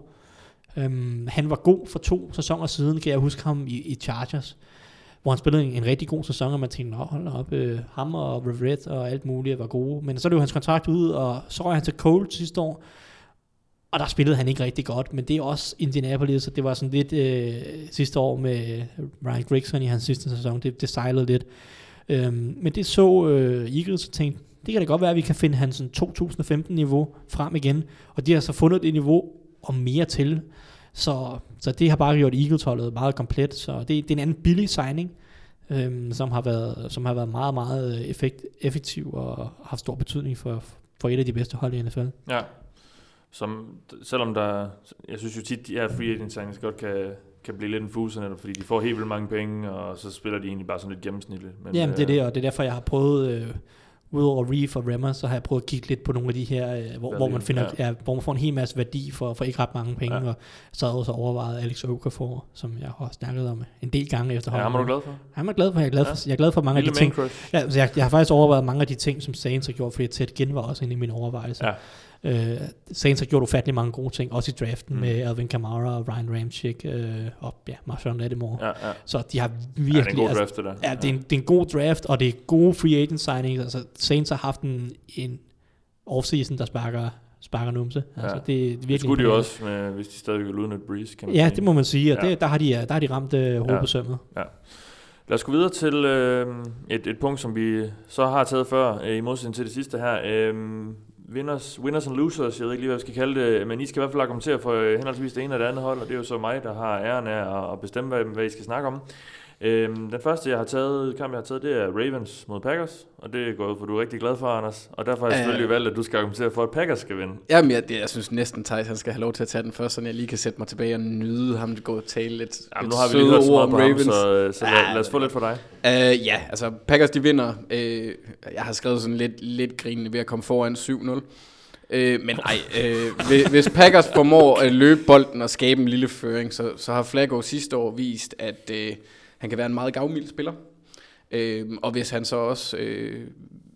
Um, han var god for to sæsoner siden, kan jeg huske ham i, i Chargers, hvor han spillede en, en rigtig god sæson, og man tænkte, nå hold op, øh, ham og Rivette og alt muligt var gode. Men så løb hans kontrakt ud, og så røg han til Colts sidste år, og der spillede han ikke rigtig godt, men det er også Indianapolis, så det var sådan lidt øh, sidste år med Ryan Grigson i hans sidste sæson, det, det sejlede lidt. Um, men det så øh, Eagles og tænkte, det kan da godt være, at vi kan finde hans to tusind og femten niveau frem igen, og de har så fundet det niveau og mere til. Så, så det har bare gjort Eagles-holdet meget komplet. Så det, det er en anden billig signing, øhm, som, har været, som har været meget, meget effekt, effektiv og haft stor betydning for, for et af de bedste hold i N F L.
Ja, som, selvom der, jeg synes jo tit, at de her free agent signings godt kan, kan blive lidt en fuse, fordi de får helt vildt mange penge, og så spiller de egentlig bare sådan lidt gennemsnitligt. Men,
Jamen det er det, og det er derfor, jeg har prøvet... Øh, udover Reef og Remmer, så har jeg prøvet at kigge lidt på nogle af de her, øh, hvor, hvor, man finder, ja. Ja, hvor man får en hel masse værdi for, for ikke ret mange penge, ja. Og så har jeg også overvejet Alex Okafor, som jeg har snakket om en del gange efterhånden.
Ja, ham er du glad for?
Han er glad for, jeg er glad for, ja. jeg er glad for mange Lille af de ting. Ja, så jeg, jeg har faktisk overvejet mange af de ting, som Saints har gjort, fordi Ted Ginn var også inde i min overvejelse. Ja. Uh, Saints har gjort ufattelig mange gode ting, også i draften mm. med Alvin Kamara og Ryan Ramchick uh, og ja, Marshawn Lattimore. Ja, ja. Så de har virkelig... Ja, det er en god
draft, det der.
Ja, det er en, det er en god draft, og det er gode free agent signings. Altså, Saints har haft en, en offseason, der sparker, sparker numse. Ja. Altså, det, det, er virkelig
det skulle de jo også, med, hvis de stadig vil udnytte Breeze, kan man
Ja,
sige.
det må man sige, og ja. det, der, har de, der har de ramt uh, hovedet på sømmet. Ja.
Lad os gå videre til øh, et, et punkt, som vi så har taget før, øh, i modsætning til det sidste her. Øh, Winners, winners and losers, jeg ved ikke lige, hvad jeg skal kalde det, men I skal i hvert fald argumentere for henholdsvis det ene og det andet hold, og det er jo så mig, der har æren af at bestemme, hvad, hvad I skal snakke om. Øhm, den første, jeg har taget, kamp jeg har taget, det er Ravens mod Packers, og det går ud for, du er rigtig glad for, Anders, og derfor har jeg selvfølgelig øh, valgt, at du skal argumentere for, at Packers skal vinde.
Jamen, jeg, det, jeg synes næsten, Theis, han skal have lov til at tage den først, så jeg lige kan sætte mig tilbage og nyde ham, gå og tale lidt,
Jamen,
lidt
nu har vi lige hørt så meget på
Ravens.
ham, så, så lad, lad os få lidt for dig.
Uh, ja, altså Packers, de vinder. Uh, jeg har skrevet sådan lidt, lidt grinende ved at komme foran syv nul. Øh, men nej, øh, hvis Packers formår at løbe bolden og skabe en lille føring, så, så har Flacco sidste år vist, at øh, han kan være en meget gavmild spiller. Øh, og hvis han så også, øh,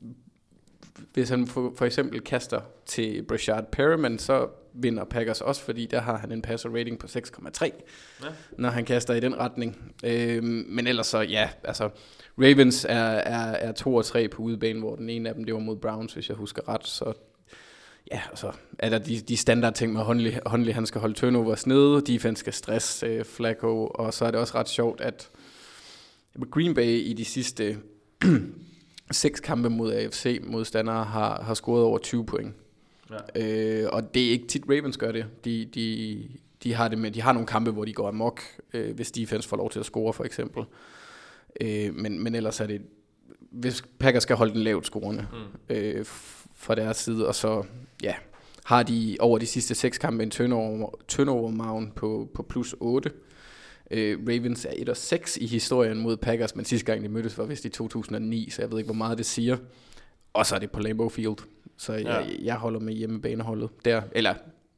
hvis han for, for eksempel kaster til Brashard Perriman, så vinder Packers også, fordi der har han en passer rating på seks komma tre, ja. Når han kaster i den retning. Øh, men ellers så, ja, altså Ravens er, er, er to og tre på udebane, hvor den ene af dem, det var mod Browns, hvis jeg husker ret. Så ja, så er der de, de standard ting med Hundley. Hundley, han skal holde turnovers nede, defense skal stress øh, Flacco, og så er det også ret sjovt, at Green Bay i de sidste seks kampe mod A F C-modstandere har, har scoret over tyve point. Ja. Øh, og det er ikke tit Ravens gør det. De, de, de har det med, de har nogle kampe, hvor de går amok, øh, hvis defense får lov til at score, for eksempel. Øh, men, men ellers er det, hvis Packers skal holde den lavt scorende mm. øh, fra deres side, og så ja, har de over de sidste seks kampe en turnover, turnover margin på, på plus otte. Øh, Ravens er et og seks i historien mod Packers, men sidste gang de mødtes var vist i to tusind og ni, så jeg ved ikke, hvor meget det siger. Og så er det på Lambeau Field, så jeg, ja. jeg holder med hjemmebaneholdet der, eller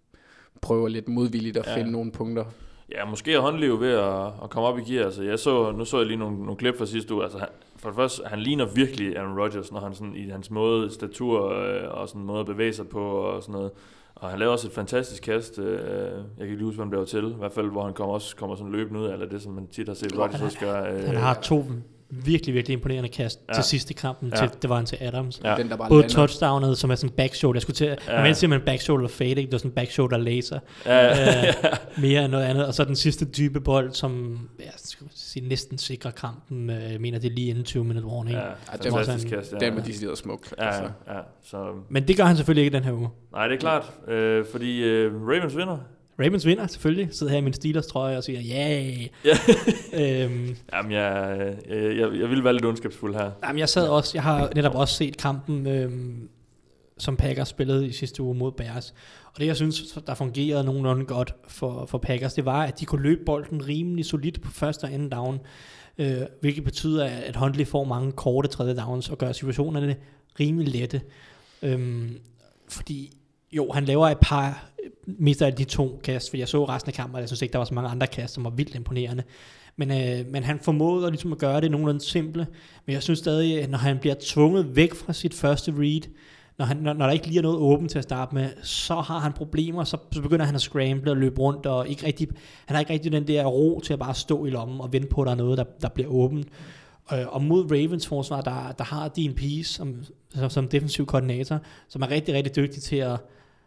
prøver lidt modvilligt at ja. finde nogle punkter.
Ja, måske er Hundley jo ved at, at komme op i gear. Altså, jeg så, nu så jeg lige nogle, nogle klip fra sidste uge. Altså, han, for det første, han ligner virkelig Aaron Rodgers, når han sådan, i hans måde, statur øh, og sådan måde at bevæge sig på og sådan noget. Og han laver også et fantastisk kast. Øh, jeg kan ikke lige huske, hvad han blev til. I hvert fald, hvor han kommer, også kommer sådan løbende ud af, eller det, som man tit har set Rodgers også gøre. Øh,
han har to virkelig, virkelig imponerende kast ja. til sidste kampen.
Ja.
Til, det var han til Adams.
Ja. Den, der bare
både
lander.
touchdownet, som er sådan back shoulder. Jeg skulle til at, ja. man siger, man back shoulder fade, ikke? Det var sådan back shoulder laser. Ja. Øh, mere end noget andet. Og så den sidste dybe bold, som ja, skal sige, næsten sikrer kampen. Jeg mener, det er lige inden tyve minute warning.
Ja, fantastisk kast. Ja.
Den var decideret smuk.
Ja, altså. ja, så.
Men det gør han selvfølgelig ikke den her uge.
Nej, det er klart. Øh, fordi øh, Ravens vinder.
Ravens vinder selvfølgelig. Sidder her i min Steelers trøje og siger, yeah.
ja. øhm, jamen, jeg, jeg, jeg, jeg vil være lidt ondskabsfuld her.
Jamen, jeg sad også, jeg har netop også set kampen, øhm, som Packers spillede i sidste uge mod Bears. Og det, jeg synes, der fungerede nogenlunde godt for, for Packers, det var, at de kunne løbe bolden rimelig solidt på første og anden down. Øh, hvilket betyder, at Hundley får mange korte tredje downs og gør situationerne rimelig lette. Øhm, fordi jo, han laver et par, mest af de to kast, for jeg så resten af kampen, og jeg synes ikke, der var så mange andre kast, som var vildt imponerende. Men, øh, men han formåede ligesom at gøre det nogenlunde simple, men jeg synes stadig, når han bliver tvunget væk fra sit første read, når, han, når, når der ikke lige er noget åbent til at starte med, så har han problemer, så, så begynder han at scramble og løbe rundt, og ikke rigtig, han har ikke rigtig den der ro til at bare stå i lommen og vente på, at der er noget, der, der bliver åbent. Og mod Ravens forsvar, der, der har Dean Pease som, som, som defensiv koordinator, som er rigtig, rigtig dygtig til at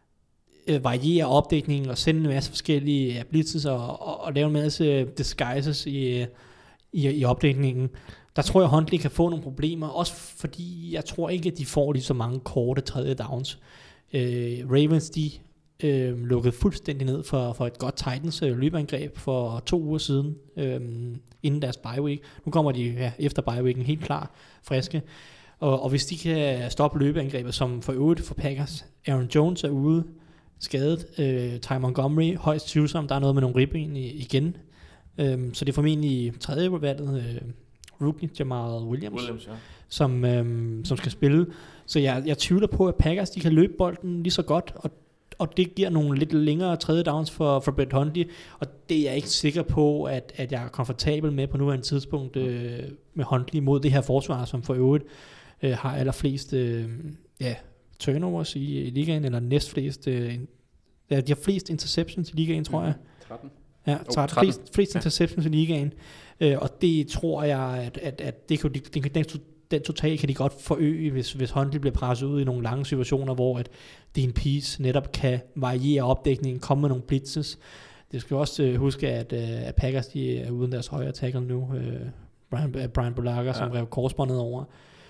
øh, variere opdækningen og sende en masse forskellige ja, blitzes og, og, og lave en masse disguises i, i, i opdækningen. Der tror jeg, Hundley kan få nogle problemer, også fordi jeg tror ikke, at de får lige så mange korte tredje downs. Øh, Ravens, de øh, lukkede fuldstændig ned for, for et godt Titans øh, løbeangreb for to uger siden, øh, inden deres bye week. Nu kommer de ja, efter bye weeken helt klar, friske. Og, og hvis de kan stoppe løbeangrebet, som for øvrigt for Packers, Aaron Jones er ude, skadet, øh, Ty Montgomery, højst tvivlsom, der er noget med nogle ribben igen. Øh, så det er formentlig tredje valget, øh, rookie Jamal Williams,
Williams ja.
som, øhm, som skal spille. Så jeg, jeg tvivler på, at Packers de kan løbe bolden lige så godt, og, og det giver nogle lidt længere tredje downs for, for Brett Hundley, og det er jeg ikke sikker på, at, at jeg er komfortabel med på nuværende tidspunkt øh, med Hundley mod det her forsvar, som for øvrigt øh, har allerflest øh, ja, turnovers i, i ligaen, eller næstflest. Øh, ja, de har flest interceptions i ligaen, tror jeg.
tretten
Ja, tretten. Flest, flest interceptions ja. i ligaen. Øh, og det tror jeg, at, at, at det kan, det, det, den, den total kan de godt forøge, hvis, hvis Hundley bliver presset ud i nogle lange situationer, hvor at Dean Pease netop kan variere opdækningen, komme med nogle blitzes. Det skal også øh, huske, at, øh, at Packers de er uden deres højre tackle nu. Øh, Brian, Brian Bulaga, ja. som rev korsbåndet over.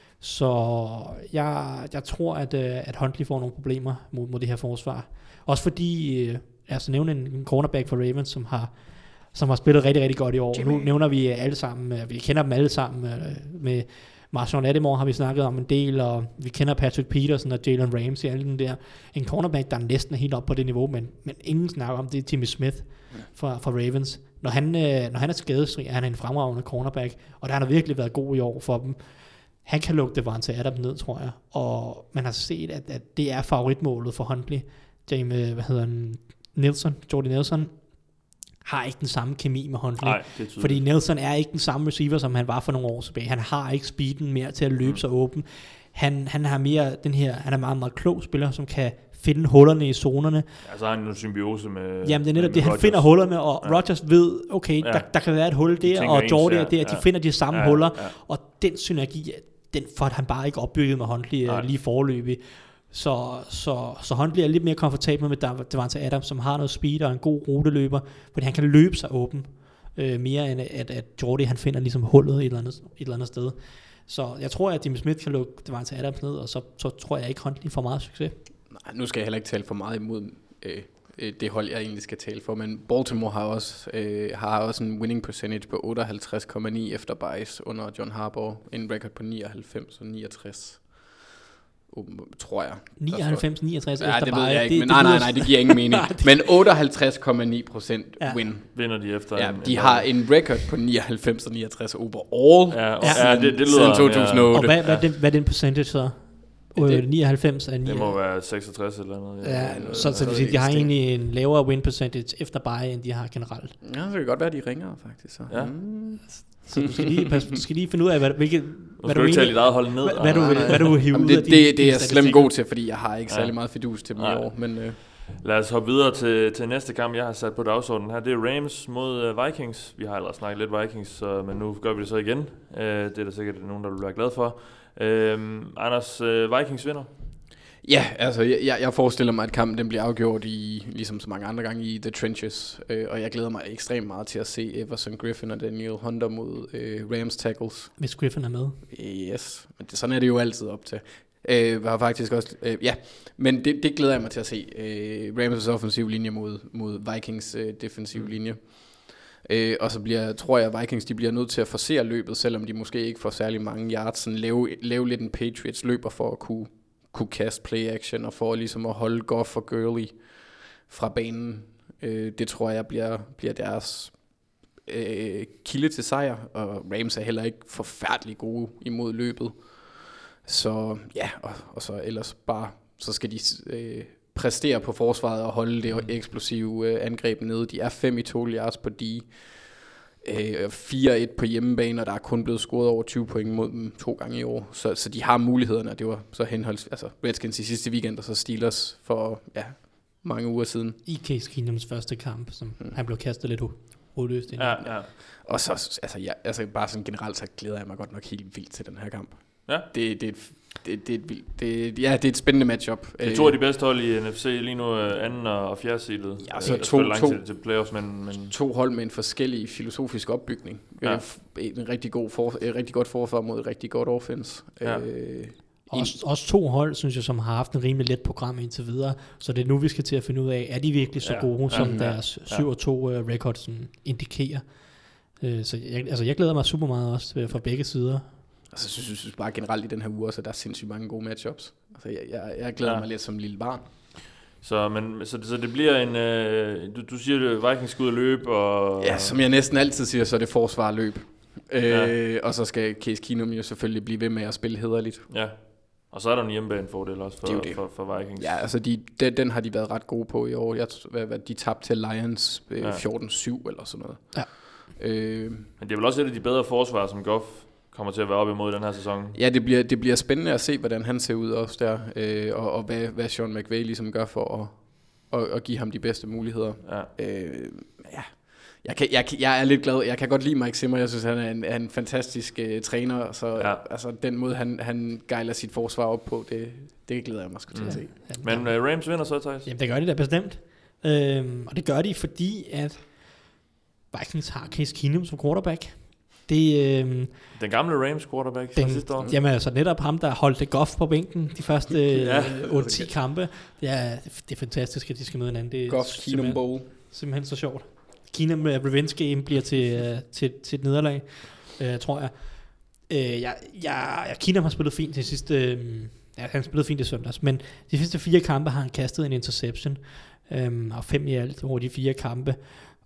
Så jeg, jeg tror, at, øh, at Hundley får nogle problemer mod, mod det her forsvar. Også fordi, øh, altså nævne en, en cornerback for Ravens, som har som har spillet rigtig, rigtig godt i år. Jimmy. Nu nævner vi alle sammen, vi kender dem alle sammen, med Marshawn Lattimore har vi snakket om en del, og vi kender Patrick Peterson og Jalen Ramsey, alle den der. En cornerback, der er næsten helt op på det niveau, men, men ingen snakker om, det er Timmy Smith fra, fra Ravens. Når han, når han er skadesfri, er han en fremragende cornerback, og der har virkelig været god i år for dem. Han kan lukke Devontae Adams ned, tror jeg, og man har set, at, at det er favoritmålet for Hundley. James, hvad hedder han, Nelson, Jordy Nelson, har ikke den samme kemi med Hundley.
Nej,
fordi Nelson er ikke den samme receiver, som han var for nogle år tilbage. Han har ikke speeden mere til at løbe mm. sig åben. Han, han har mere den her, han er meget, meget klog spiller, som kan finde hullerne i zonerne.
Ja, så har han en symbiose med
Jamen det er netop
med
det, han
Rodgers.
finder hullerne, og
Ja.
Rodgers ved, okay,
Ja.
der, der kan være et hul
De
der,
tænker
og
ens,
Jordy
ja,
er der,
ja.
de finder de samme
Ja,
huller,
ja.
og den synergi, den får han bare ikke opbygget med Huntley
Nej.
øh, lige forløbig. Så, så, så Huntley er lidt mere komfortabel med Davante Adams, som har noget speed og en god ruteløber, fordi han kan løbe sig åben, øh, mere end at, at Jordy han finder ligesom hullet et eller andet, et eller andet sted. Så jeg tror, at Jimmy Smith kan lukke Davante Adams ned, og så, så tror jeg ikke, Huntley får meget succes.
Nej, nu skal jeg heller ikke tale for meget imod øh, øh, det hold, jeg egentlig skal tale for, men Baltimore har også, øh, har også en winning percentage på otteoghalvtreds komma ni efter bias under John Harbaugh, en record på nioghalvfems og niogtres. Uh, tror jeg.
nioghalvfems niogtres
Ja,
efter
det
bare.
ved jeg ikke,
det,
men
det
nej, nej,
lyder-
nej, det giver ingen mening.
Nej, det-
Men otteoghalvtreds komma ni procent
Ja.
win.
Vinder de efter
Ja,
en,
de
en
har en record på nioghalvfems og niogtres overall.
Ja, og,
Ja.
ja, det, det lyder
Siden to tusind og otte.
Og hvad, hvad, er den, hvad er den percentage så?
Det-
Øh, nioghalvfems er ni.
Det må være seksogtres eller noget.
Ja,
noget-
så, så det vil
noget
sige, de har
ekstremt.
egentlig en lavere win percentage efter bye, end de har generelt.
Ja, så kan det godt være, de ringer faktisk. Så.
Ja.
Mm.
Så du skal lige, pas, du skal lige finde ud af, hvad, hvilket,
Nu
hvad
skal
du
du ikke tage dit
egentlig,
eget hold ned.
hvad, hvad, du,
og-
vil, hvad du vil hive
Jamen,
ud af
det,
dine-
det, det
dine
er jeg slem
statistikker.
god til, fordi jeg har ikke
Ja.
særlig meget fidus til dem i
Nej.
år. Men øh,
Lad os hoppe videre til, til næste kamp, jeg har sat på dagsordenen her. Det er Rams mod uh, Vikings. Vi har allerede snakket lidt Vikings, så, men nu gør vi det så igen. Uh, det er der sikkert nogen, der vil være glad for. Uh, Anders, uh, Vikings vinder.
ja, altså jeg, jeg- jeg forestiller mig, at kampen den bliver afgjort i, ligesom så mange andre gange, i The Trenches. Øh, og jeg glæder mig ekstremt meget til at se Everson Griffin og Daniel Hunter mod øh, Rams tackles.
Hvis Griffin er med.
Yes, men det, sådan er det jo altid op til. Øh, var faktisk også, øh, ja, men det, det glæder jeg mig til at se. Øh, Rams' offensiv linje mod, mod Vikings øh, defensiv linje. Øh, og så bliver, tror jeg, at Vikings de bliver nødt til at forsere løbet, selvom de måske ikke får særlig mange yards. Sådan lave, lave lidt en Patriots løber for at kunne, kunne kaste play action, og for ligesom at holde Goff og Gurley fra banen. Øh, det tror jeg bliver, bliver deres øh, kilde til sejr, og Rams er heller ikke forfærdeligt gode imod løbet. Så ja, og, og så ellers bare, så skal de øh, præstere på forsvaret og holde det eksplosive øh, angreb nede. De er fem i total yards på D, øh, fire et på hjemmebane, og der er kun blevet scoret over tyve point mod dem to gange i år. Så, så de har mulighederne, og det var så henholds, altså Redskins i sidste weekend, og så Steelers for ja, mange uger siden.
I Case Keenums første kamp, som hmm. han blev kastet lidt rodløst ind.
Ja, ja.
Og så, altså, ja, altså bare sådan generelt, så glæder jeg mig godt nok helt vildt til den her kamp.
Ja.
Det, det, det, det, er et vildt, det, ja, det er et spændende matchup.
Det er to af de bedste hold i N F C lige nu, øh, anden og fjerde seedet.
Ja, så
Øh,
to-
lang
to-
tid til playoffs, men, men
To hold med en forskellig filosofisk opbygning.
Ja.
Ja. En rigtig, god for, et rigtig godt forsvar mod et rigtig godt offense.
Ja.
Øh,
Også, også to hold, synes jeg, som har haft en rimelig let program indtil videre. Så det er nu, vi skal til at finde ud af, er de virkelig så
Ja,
gode,
ja,
som
ja,
deres
ja.
syv og to uh, record sådan indikerer. Uh, så jeg, altså, jeg glæder mig super meget også uh, fra begge sider.
altså, jeg synes, synes bare generelt i den her uge også, at der er sindssygt mange gode matchups. Altså, jeg, jeg, jeg glæder
Ja.
ja. mig lidt som lille barn.
så, men, så, det, så det bliver en... Øh, du, du siger, at Vikings skal ud og løbe, og...
Ja, som jeg næsten altid siger, så er det forsvar og løb.
Ja.
Øh, og så skal Case Keenum jo selvfølgelig blive ved med at spille hæderligt.
Ja. Og så er der en hjemmebanefordel også for,
Det er jo det.
for, for Vikings.
Ja, altså de, den, den har de været ret gode på i år. Jeg, tror, hvad, hvad, de tabte til Lions øh,
Ja.
fjorten syv eller sådan noget.
Ja.
Øh,
Men det er vel også et af de bedre forsvar, som Goff kommer til at være op imod den her sæson.
ja, det bliver, det bliver spændende at se, hvordan han ser ud også der, øh, og, og hvad, hvad Sean McVay ligesom gør for at, at, at give ham de bedste muligheder.
Ja.
Øh, ja. Jeg, kan, jeg, kan- jeg er lidt glad. Jeg kan godt lide Mike Zimmer. Jeg synes, han er en, er en fantastisk uh, træner. Så
Ja.
altså, den måde, han, han gejler sit forsvar op på, det, det glæder jeg mig sgu til
Mm.
at se.
Ja,
Men uh, Rams vinder så, Thijs?
Jamen, det gør de da bestemt. Øhm, og det gør de, fordi at Vikings har Case Keenum som quarterback. Det, øhm,
Den gamle Rams quarterback fra
den,
sidste år.
jamen altså netop ham, der holdt det Goff på bænken de første
Ja.
ja, otte ti kampe. Det er, det er fantastisk, at de skal møde hinanden. Det er
Goff Keenum
simpelthen-
Bowl.
Simpelthen så sjovt. Keenum med revenge game bliver til, uh, til, til et nederlag, uh, tror jeg. Uh, jeg, jeg, jeg Keenum har spillet fint til sidste... Um, ja, han har spillet fint i søndags, men de sidste fire kampe har han kastet en interception, um, og fem i alt over de fire kampe.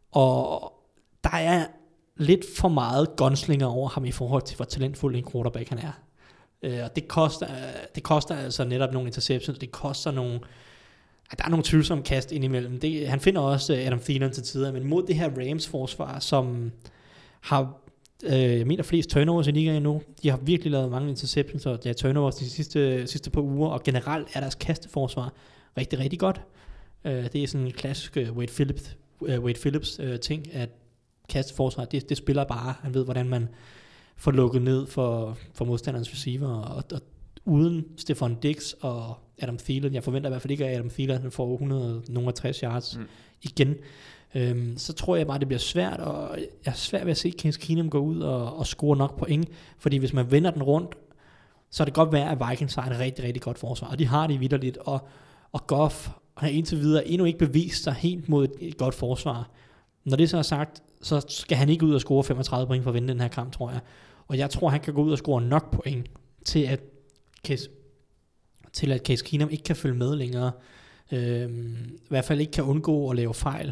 Og der er lidt for meget gunslinger over ham i forhold til, hvor talentfuld en quarterback han er. Uh, og det koster, uh, det koster altså netop nogle interceptions, det koster nogle... Der er nogle tvivlsomme kast indimellem. Det, han finder også Adam Thielen til tider, men mod det her Rams forsvar, som har Øh, jeg mener flest turnovers i ligaen nu. De har virkelig lavet mange interceptions og ja, turnovers de sidste, sidste par uger, og generelt er deres kasteforsvar rigtig, rigtig godt. Øh, det er sådan en klassisk uh, Wade Phillips, uh, Wade Phillips uh, ting, at kasteforsvar, det, det spiller bare. Han ved, hvordan man får lukket ned for, for modstanderens receiver, og, og uden Stephon Diggs og Adam Thielen, jeg forventer i hvert fald ikke, at Adam Thielen får hundrede og tres yards mm. igen, øhm, så tror jeg bare, det bliver svært, og jeg er svært ved at se Case Keenum gå ud og, og score nok point, fordi hvis man vender den rundt, så er det godt være, at Vikings har et rigtig, rigtig godt forsvar, og de har det vitterligt, og, og Goff har indtil videre endnu ikke bevist sig helt mod et, et godt forsvar. Når det så er sagt, så skal han ikke ud og score femogtredive point for at vinde den her kamp, tror jeg. Og jeg tror, han kan gå ud og score nok point til at Case, til at Case Keenum ikke kan følge med længere. Øhm, I hvert fald ikke kan undgå at lave fejl.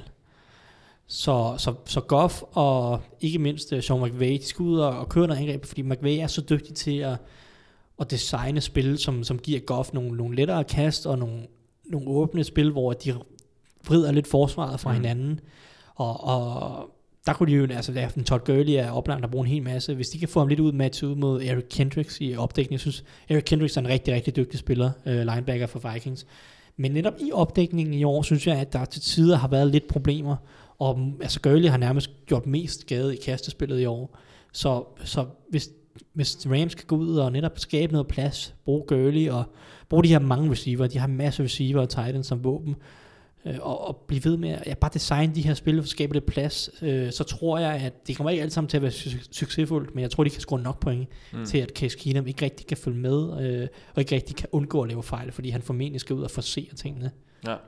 Så, så, så Goff og ikke mindst uh, Sean McVay, de skal ud og, og køre noget angreb, fordi McVay er så dygtig til at, at designe spil, som, som giver Goff nogle, nogle lettere kast og nogle, nogle åbne spil, hvor de vrider lidt forsvaret fra mm. hinanden. Og, og der kunne de jo, altså der en Todd Gurley er oplagt at bruge en hel masse. Hvis de kan få ham lidt ud matchet ud mod Eric Kendricks i opdækning, jeg synes, Eric Kendricks er en rigtig, rigtig dygtig spiller, øh, linebacker for Vikings. Men netop i opdækningen i år, synes jeg, at der til tider har været lidt problemer. Og altså Gurley har nærmest gjort mest skade i kastespillet i år. Så, så hvis, hvis Rams kan gå ud og netop skabe noget plads, bruge Gurley og bruge de her mange receiver, de har masser af receiver og tight ends som våben, Og, og blive ved med at ja, bare designe de her spil og skabe lidt plads, øh, så tror jeg, at det kommer ikke alt sammen til at være su- succesfuldt, men jeg tror, de kan score nok point mm. til, at Case Keenum ikke rigtig kan følge med, øh, og ikke rigtig kan undgå at lave fejl, fordi han formentlig skal ud og forsere tingene.
Ja.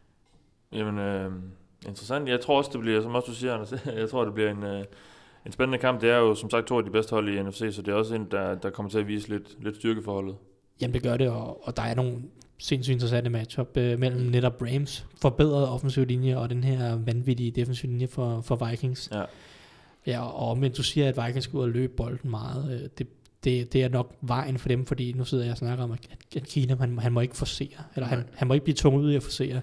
Jamen, øh, interessant. Jeg tror også, det bliver, som også du siger, Anders, jeg tror, det bliver en, øh, en spændende kamp. Det er jo, som sagt, to af de bedste hold i N F C, så det er også en, der, der kommer til at vise lidt, lidt styrkeforholdet.
Jamen, det gør det, og, og der er nogle sindssygt interessante matchup øh, mellem netop Rams, forbedrede offensiv linje, og den her vanvittige defensiv linje for, for Vikings. Ja. Ja, og men du siger, at Vikings skal ud og løbe bolden meget. Øh, det, det, det er nok vejen for dem, fordi nu sidder jeg og snakker om, at, at Keenum, han, han må ikke forsere, eller han, han må ikke blive tunget ud i at forsere.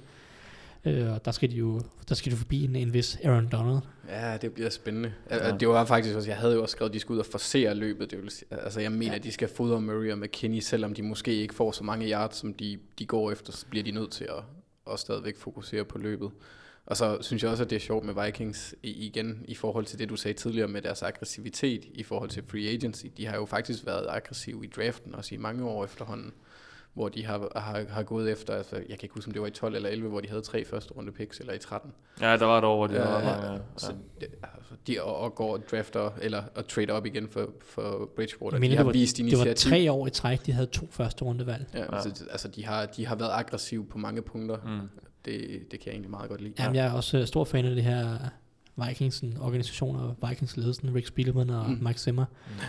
Øh, og der skal de jo der skal de forbi en, en vis Aaron Donald.
Ja, det bliver spændende. Ja. Det var faktisk også, jeg havde jo også skrevet, at de skulle ud og forsere løbet. Det vil, altså jeg mener, ja. at de skal fodre Murray og McKinney, selvom de måske ikke får så mange yards, som de, de går efter, så bliver de nødt til at, at stadigvæk fokusere på løbet. Og så synes jeg også, at det er sjovt med Vikings igen, i forhold til det, du sagde tidligere med deres aggressivitet, i forhold til free agency. De har jo faktisk været aggressive i draften, også i mange år efterhånden, hvor de har, har, har gået efter, altså jeg kan ikke huske, om det var i tolv eller elleve, hvor de havde tre første runde picks, eller i tretten.
Ja, der var det over, det
ja,
var.
Ja, ja. Så det, altså, de og, og går og drafter, eller og trade op igen for, for Bridgewater.
Men
de har
var,
vist
initiativ. Det var tre år i træk, de havde to første rundevalg.
Ja, ja. Så, altså de har, de har været aggressive på mange punkter. Mm. Det, det kan jeg egentlig meget godt lide.
Jamen, jeg er også stor fan af det her Vikings-organisation og Vikings-ledelsen, Rick Spielman og mm. Mike Zimmer.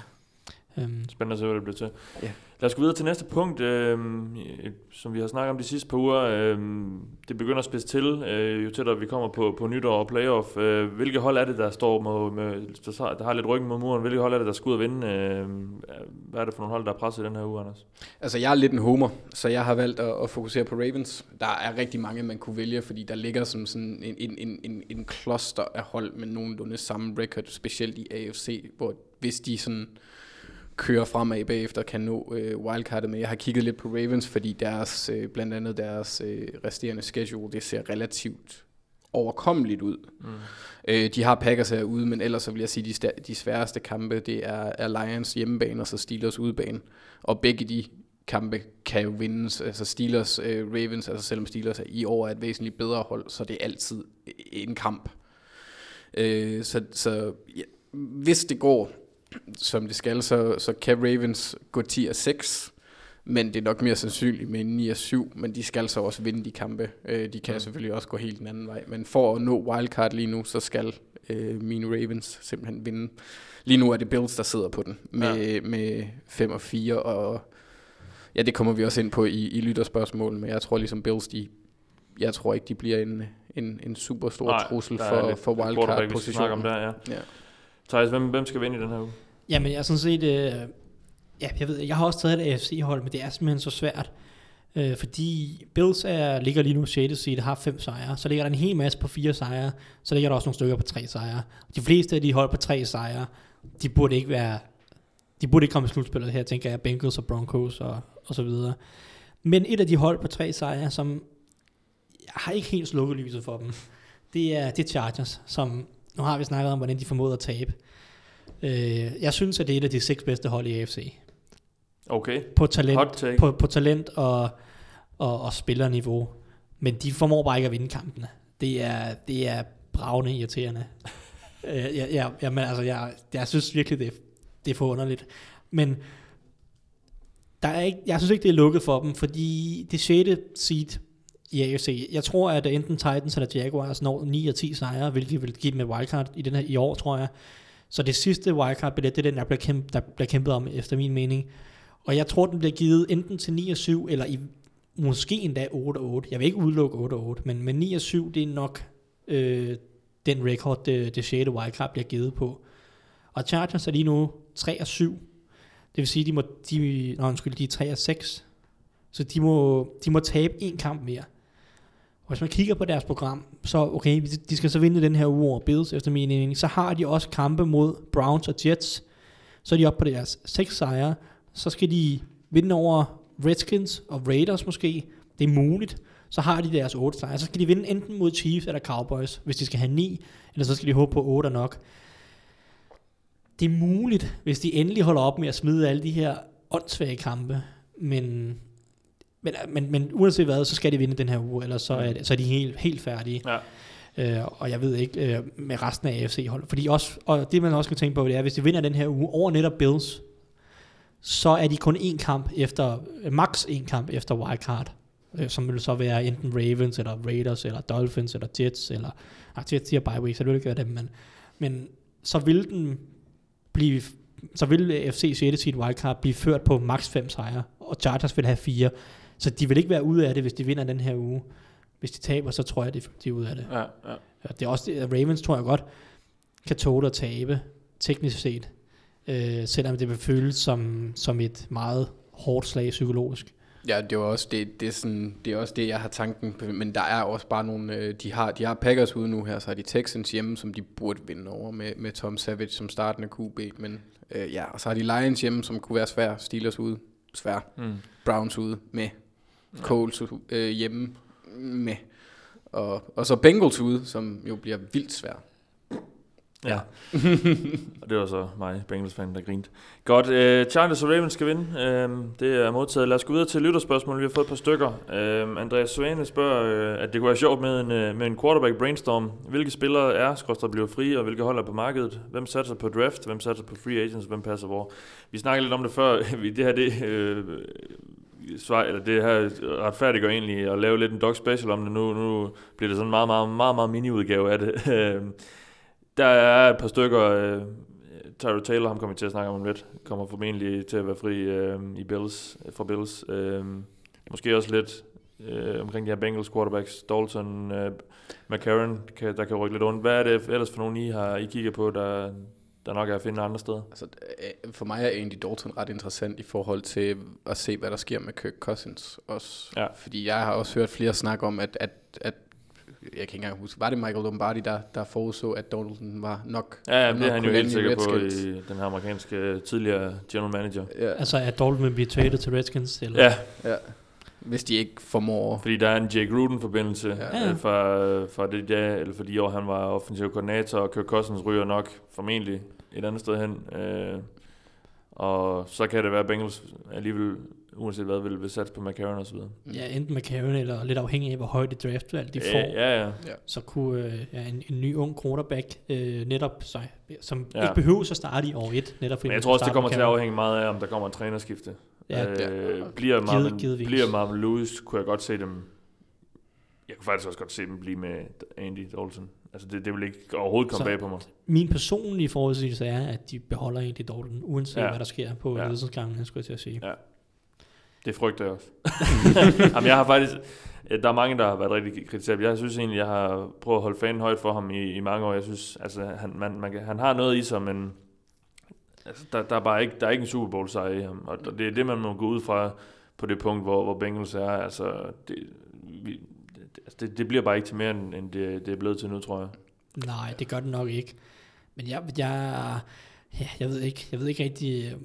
Mm. Um, Spændende at se, hvad det bliver til. Yeah. Lad os gå videre til næste punkt, øh, som vi har snakket om de sidste par uger. Øh, det begynder at spidse til, øh, jo tættere vi kommer på, på nytår og playoff. Øh, hvilke hold er det, der står med, med der, der har lidt ryggen mod muren? Hvilke hold er det, der skal ud og vinde? Øh, hvad er det for nogle hold, der er presset i den her uge, Anders?
Altså, jeg er lidt en homer, så jeg har valgt at, at fokusere på Ravens. Der er rigtig mange, man kunne vælge, fordi der ligger som sådan en, en, en, en, en cluster af hold med nogenlunde samme record, specielt i A F C, hvor hvis de sådan kører fremad bagefter kan nå øh, wildcardet med. Jeg har kigget lidt på Ravens, fordi deres, øh, blandt andet deres øh, resterende schedule, det ser relativt overkommeligt ud. Mm. Øh, de har Packers herude, men ellers så vil jeg sige, de, de sværeste kampe, det er, er Lions hjemmebane og så Steelers udebane. Og begge de kampe kan jo vindes. Altså Steelers, øh, Ravens, altså selvom Steelers er i år er et væsentligt bedre hold, så det er altid en kamp. Øh, så så ja, hvis det går som det skal, så, så kan Ravens gå ti og seks, men det er nok mere sandsynligt med en ni og syv, men de skal så også vinde de kampe. Øh, de kan mm. selvfølgelig også gå helt den anden vej, men for at nå wildcard lige nu, så skal øh, mine Ravens simpelthen vinde. Lige nu er det Bills, der sidder på den med, ja. med fem og fire, og ja, det kommer vi også ind på i, i lytterspørgsmålet, men jeg tror ligesom Bills, de, jeg tror ikke, de bliver en, en, en super stor Nej, trussel for, for wildcard-positionen.
Der, ja. Ja. Thijs, hvem, hvem skal vinde i den her uge?
Jamen, jeg er sådan set, øh, ja, jeg ved, jeg har også taget et A F C-hold, men det er simpelthen så svært, øh, fordi Bills er, ligger lige nu sjette seed, har fem sejre, så ligger der en hel masse på fire sejre, så ligger der også nogle stykker på tre sejre. De fleste af de hold på tre sejre, de burde ikke være, de burde ikke komme i slutspillet her, tænker jeg, Bengals og Broncos og, og så videre. Men et af de hold på tre sejre, som jeg har ikke helt slukket lyset for dem, det er, det er Chargers, som nu har vi snakket om, hvordan de formåede at tabe. Øh, jeg synes, at det er et af de seks bedste hold i A F C.
Okay.
På talent, på, på talent og, og, og spillerniveau. Men de formår bare ikke at vinde kampene. Det er, det er bravende irriterende. øh, jeg, jeg, jeg, men altså, jeg, jeg synes virkelig, det, det er forunderligt. Men der er ikke, jeg synes ikke, det er lukket for dem, fordi det sjette seed i A F C, jeg tror, at enten Titans eller Jaguars når ni og ti sejre, hvilket vil give dem et wildcard i, den her, i år, tror jeg. Så det sidste wildcard-billet, det er den, der bliver, kæmpe, der bliver kæmpet om, efter min mening. Og jeg tror, den bliver givet enten til ni og syv, eller i, måske endda otte og otte. Jeg vil ikke udelukke otte og otte, men, men ni og syv, det er nok øh, den record, det, det sjette wildcard bliver givet på. Og Chargers er lige nu tre og syv. Det vil sige, de må, de, nå, undskyld, de er tre og seks. Så de må, de må tabe en kamp mere. Og hvis man kigger på deres program, så okay, de skal så vinde den her uge over Bills, efter min mening. Så har de også kampe mod Browns og Jets. Så er de oppe på deres seks sejre. Så skal de vinde over Redskins og Raiders måske. Det er muligt. Så har de deres otte sejre. Så skal de vinde enten mod Chiefs eller Cowboys, hvis de skal have ni. Eller så skal de håbe på otte nok. Det er muligt, hvis de endelig holder op med at smide alle de her åndssvage kampe. Men... Men, men, men uanset hvad, så skal de vinde den her uge, eller så er, så er de helt, helt færdige. Ja. Øh, og jeg ved ikke, øh, med resten af A F C-holdet. Fordi også, og det man også kan tænke på, det er, hvis de vinder den her uge over netop Bills, så er de kun én kamp efter, max én kamp efter wildcard, øh, som vil så være enten Ravens, eller Raiders, eller Dolphins, eller Jets, eller, nej, Jets siger bye week, så det vil ikke være dem, men, men så vil den blive, så vil A F C sjette seed wildcard blive ført på max fem sejre, og Chargers vil have fire. Så de vil ikke være ude af det, hvis de vinder den her uge. Hvis de taber, så tror jeg, de er ude af det.
Ja, ja.
Det er også det, Ravens tror jeg godt kan tåle at tabe, teknisk set. Øh, selvom det vil føles som, som et meget hårdt slag psykologisk.
Ja, det er også det, det er sådan, det er også det, jeg har tanken på, men der er også bare nogle, de har, de har Packers ude nu her, så har de Texans hjemme, som de burde vinde over med, med Tom Savage som startende Q B, men øh, ja, og så har de Lions hjemme, som kunne være svær, Steelers ude, svær, mm. Browns ude med, Colts øh, hjemme med, og, og så Bengals ude, som jo bliver vildt svær.
Ja, og det var så mig, Bengals-fan, der grinte. Godt, uh, Chargers og Ravens skal vinde. Uh, det er modtaget. Lad os gå videre til lytterspørgsmål. Vi har fået et par stykker. Uh, Andreas Svane spørger, uh, at det kunne være sjovt med en, uh, med en quarterback brainstorm. Hvilke spillere er, skorster bliver frie, og hvilke hold er på markedet? Hvem satser på draft? Hvem satser på free agents? Hvem passer hvor? Vi snakkede lidt om det før. det her, det... Uh, svar, eller det her retfærdiggør egentlig at lave lidt en dog special om det. Nu, nu bliver det sådan en meget, meget, meget, meget mini-udgave af det. Der er et par stykker. Uh, Tyrod Taylor, ham kommer vi til at snakke om lidt, kommer formentlig til at være fri uh, i Bills, for Bills. Uh, måske også lidt uh, omkring de her Bengals quarterbacks, Dalton, uh, McCarron, kan, der kan rykke lidt rundt. Hvad er det ellers for nogen, I har I kigger på, der, der nok er at finde andre steder? Altså,
for mig er egentlig Dalton ret interessant i forhold til at se, hvad der sker med Kirk Cousins også. Ja. Fordi jeg har også hørt flere snak om, at, at, at jeg kan ikke engang huske, var det Michael Lombardi, der, der forudså, at Dalton var nok...
Ja, ja det er han jo helt sikker på i den her amerikanske tidligere general manager.
Ja. Altså, at Dalton vil blive traded til Redskins? Eller?
Ja.
ja. Hvis de ikke formår...
Fordi der er en Jake Gruden-forbindelse ja. øh, fra, fra, det, ja, eller for de år, han var offensiv koordinator, og Kirk Cousins ryger nok formentlig et andet sted hen. Øh, og så kan det være, at Bengals alligevel, uanset hvad, vil, vil satse på McCarron og så videre.
Ja, enten McCarron, eller lidt afhængig af, hvor højt det draftvalg de får.
Ja, ja, ja.
Så kunne øh, ja, en, en ny ung quarterback øh, netop sig, som ja. ikke behøver at starte i år et. Netop
Men jeg tror også, det kommer til at afhænge meget af, om der kommer en trænerskifte. Ja, øh, ja. Bliver Marvin, bliver Marvin Lewis, kunne jeg godt se dem... Jeg kunne faktisk også godt se dem blive med Andy Dalton. Altså det, det vil ikke overhovedet komme så bag på mig.
Min personlige forudsigelse er, at de beholder Andy Dalton, uanset ja. hvad der sker på ja. ledelsesgangen, skulle jeg til at sige. Ja.
Det frygter jeg også. Jamen, jeg har faktisk... Der er mange, der har været rigtig kritiseret. Jeg synes egentlig, jeg har prøvet at holde fanen højt for ham i, i mange år. Jeg synes, altså, han, man, man, han har noget i sig, men altså, der, der, er bare ikke, der er ikke en Super Bowl sejr i ham. Og det er det, man må gå ud fra på det punkt, hvor, hvor Bengals er. Altså, det, vi, det, det bliver bare ikke til mere, end det, det er blevet til nu, tror jeg.
Nej, det gør det nok ikke. Men jeg, jeg, Ja, jeg ved ikke. Jeg ved ikke rigtig... Øh,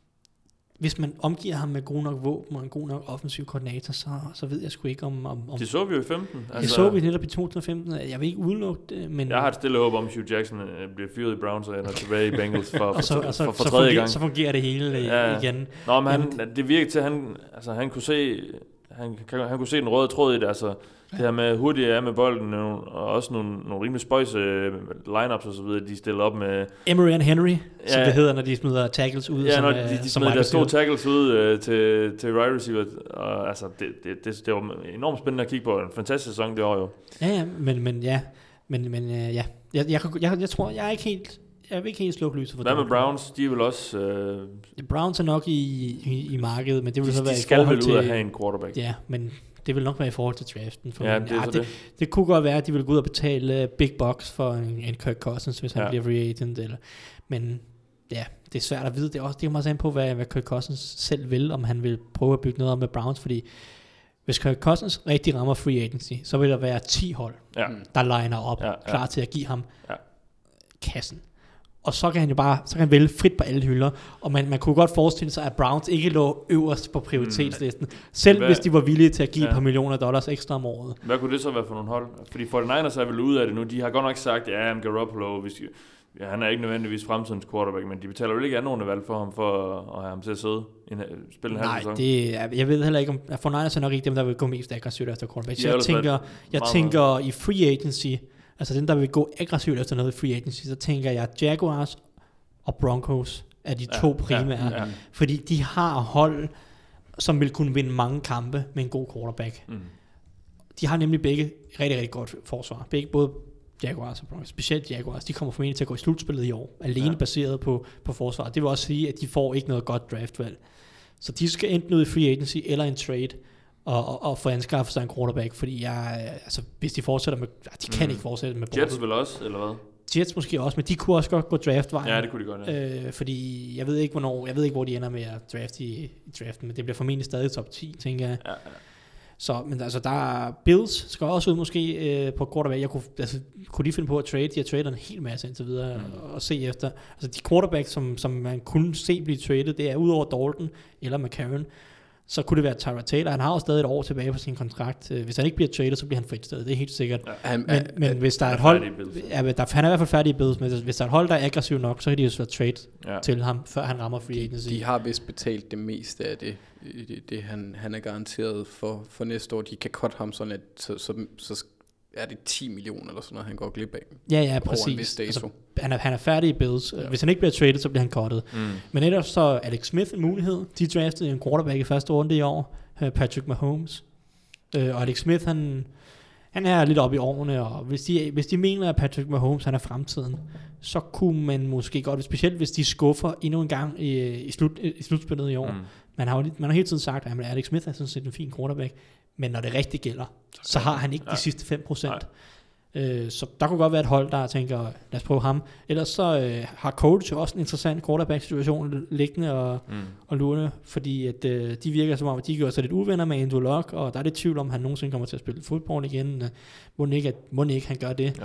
hvis man omgiver ham med gode nok våben og en god nok offensiv koordinator, så, så ved jeg sgu ikke om... om, om
Det så vi jo i femten.
Altså, det så vi netop i to tusind og femten. Jeg vil ikke udelukke det, men...
Jeg har et stille håb om, at Hugh Jackson bliver fyret i Browns og ender tilbage i Bengals for, for,
og så,
for,
og så,
for, for
så
tredje
fungerer,
gang.
Så fungerer det hele
ja.
igen.
Nå, men han, det virkede til, at han, altså, han kunne se... Han, han, han kunne se den røde tråd i det, altså det her med hurtigt er med bolden, og også nogle, nogle rimelig spøjse lineups og så videre, de stiller op med...
Emery and Henry, ja, som det hedder, når de smider tackles ud.
Ja,
som,
når de, de, de smider deres store tackles ud uh, til, til right receiver, og altså det, det, det, det var enormt spændende at kigge på, en fantastisk sæson det år jo.
Ja, ja, men, men ja, men, men ja, jeg, jeg, jeg, jeg, jeg tror, jeg er ikke helt... Jeg vil ikke helt slukke lyset for det.
Hvad med Browns? De er vel også... Uh,
Browns er nok i, i, i markedet, men det vil
de,
så være
de
i
skal
forhold
vel
til...
ud at have en quarterback.
Ja, men det vil nok være i forhold til draften. For
ja,
man,
det, er
ja,
så
det,
det.
det kunne godt være, at de ville gå ud og betale uh, big bucks for en, en Kirk Cousins, hvis han
ja.
bliver free agent. Eller, men ja, det er svært at vide. Det er også det er meget an på, hvad, hvad Kirk Cousins selv vil, om han vil prøve at bygge noget op med Browns, fordi hvis Kirk Cousins rigtig rammer free agency, så vil der være ti hold,
ja.
der liner op,
ja, ja.
klar til at give ham
ja.
kassen. Og så kan han jo bare, så kan han vælge frit på alle hylder, og man, man kunne godt forestille sig, at Browns ikke lå øverst på prioritetslisten, mm. selv Hvad? hvis de var villige til at give ja. et par millioner dollars ekstra om året.
Hvad kunne det så være for nogle hold? Fordi forty-niners er vel ude af det nu, de har godt nok sagt, ja, I'm Garoppolo, hvis, ja, han er ikke nødvendigvis fremtidens quarterback, men de betaler vel ikke nogen valg for ham, for at have ham til at sidde en, spille en halv sæson?
Nej, det, jeg ved heller ikke, om forty-niners er nok ikke dem, der vil gå mest aggressivt efter quarterback. Så jeg tænker, jeg tænker i free agency, altså den, der vil gå aggressivt efter noget i free agency, så tænker jeg Jaguars og Broncos er de ja, to primære, ja, ja. fordi de har hold, som vil kunne vinde mange kampe med en god quarterback. Mm. De har nemlig begge rigtig, rigtig godt forsvar. Begge, både Jaguars og Broncos, specielt Jaguars, de kommer formentlig til at gå i slutspillet i år, alene ja. baseret på, på forsvar. Det vil også sige, at de får ikke noget godt draftvalg. Så de skal enten ud i free agency eller en trade, og, og, og få anskaffet sig en quarterback, fordi jeg, altså, hvis de fortsætter med, de kan mm. ikke fortsætte med
Jets vel også, eller hvad?
Jets måske også, men de kunne også godt gå draftvejen.
Ja, det kunne de godt, ja.
øh, fordi jeg ved ikke, hvornår, jeg ved ikke, hvor de ender med at drafte i, i draften, men det bliver formentlig stadig top ti, tænker jeg. Ja, ja. Så, men altså, der er Bills skal også ud måske øh, på quarterback. Jeg kunne, altså, kunne de finde på at trade? De har tradet en hel masse indtil videre mm. og se efter. Altså, de quarterbacks, som, som man kunne se blive traded, det er udover Dalton eller McCarron, så kunne det være Tyrod Taylor. Han har jo stadig et år tilbage på sin kontrakt. Hvis han ikke bliver traded, så bliver han frit stadig. Det er helt sikkert. Ja, han, men, er, men hvis der er et hold... Ja, der, han er i hvert fald færdig i Bills, men hvis der er et hold, der er aggressiv nok, så kan de jo så trade ja. til ham, før han rammer free agency.
De, de har vist betalt det meste af det, det, det han, han er garanteret for, for næste år. De kan cut ham sådan, at så, så, så er det ti millioner eller sådan noget, han går glip af.
Ja, ja, præcis. Altså, han, er, han er færdig i Bills. Ja. Hvis han ikke bliver traded, så bliver han cuttet. Mm. Men ellers så er Alex Smith en mulighed. De draftede en quarterback i første runde i år, Patrick Mahomes. Og Alex Smith, han, han er lidt oppe i årene, og hvis de, hvis de mener, at Patrick Mahomes han er fremtiden, så kunne man måske godt, specielt hvis de skuffer endnu en gang i, i, slut, i slutspillet i år. Mm. Man har jo man har hele tiden sagt, at Alex Smith er sådan set en fin quarterback, men når det rigtig gælder, så har han ikke ja. de sidste fem procent. Øh, så der kunne godt være et hold, der tænker, lad os prøve ham. Ellers så øh, har coach også en interessant quarterback-situation liggende og, mm. og lurende, fordi at, øh, de virker som om, at de gør sig lidt uvenner med Andrew Luck, og der er lidt tvivl om, at han nogensinde kommer til at spille fodbold igen. Må ikke, at, må ikke han gør det.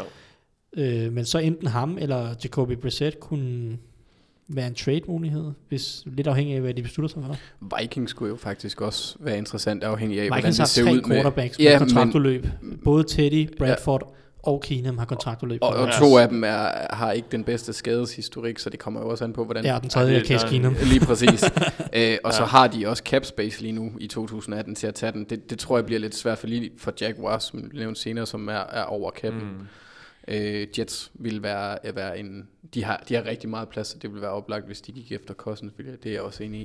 Øh, men så enten ham eller Jacoby Brissett kunne være en trade-mulighed, hvis lidt afhængig af, hvad de beslutter sig for.
Vikings skulle jo faktisk også være interessant, afhængig af,
Vikings
hvordan det ser ud med...
Vikings har tre quarterbacks med ja, kontraktudløb. Både Teddy, Bradford ja. og Keenum har kontraktudløb.
Og, og, og to af dem er, har ikke den bedste skadeshistorik, så det kommer jo også an på, hvordan...
Ja, den tredje er Case Keenum.
Lige præcis. Æ, og ja. så har de også cap space lige nu i to tusind atten til at tage den. Det, det tror jeg bliver lidt svært for, lige for Jaguars, som vi nævnte senere, som er, er over cappen. Mm. Øh, Jets vil være, være en de har, de har rigtig meget plads, så det vil være oplagt, hvis de gik efter Cousins, det er jeg også enig i.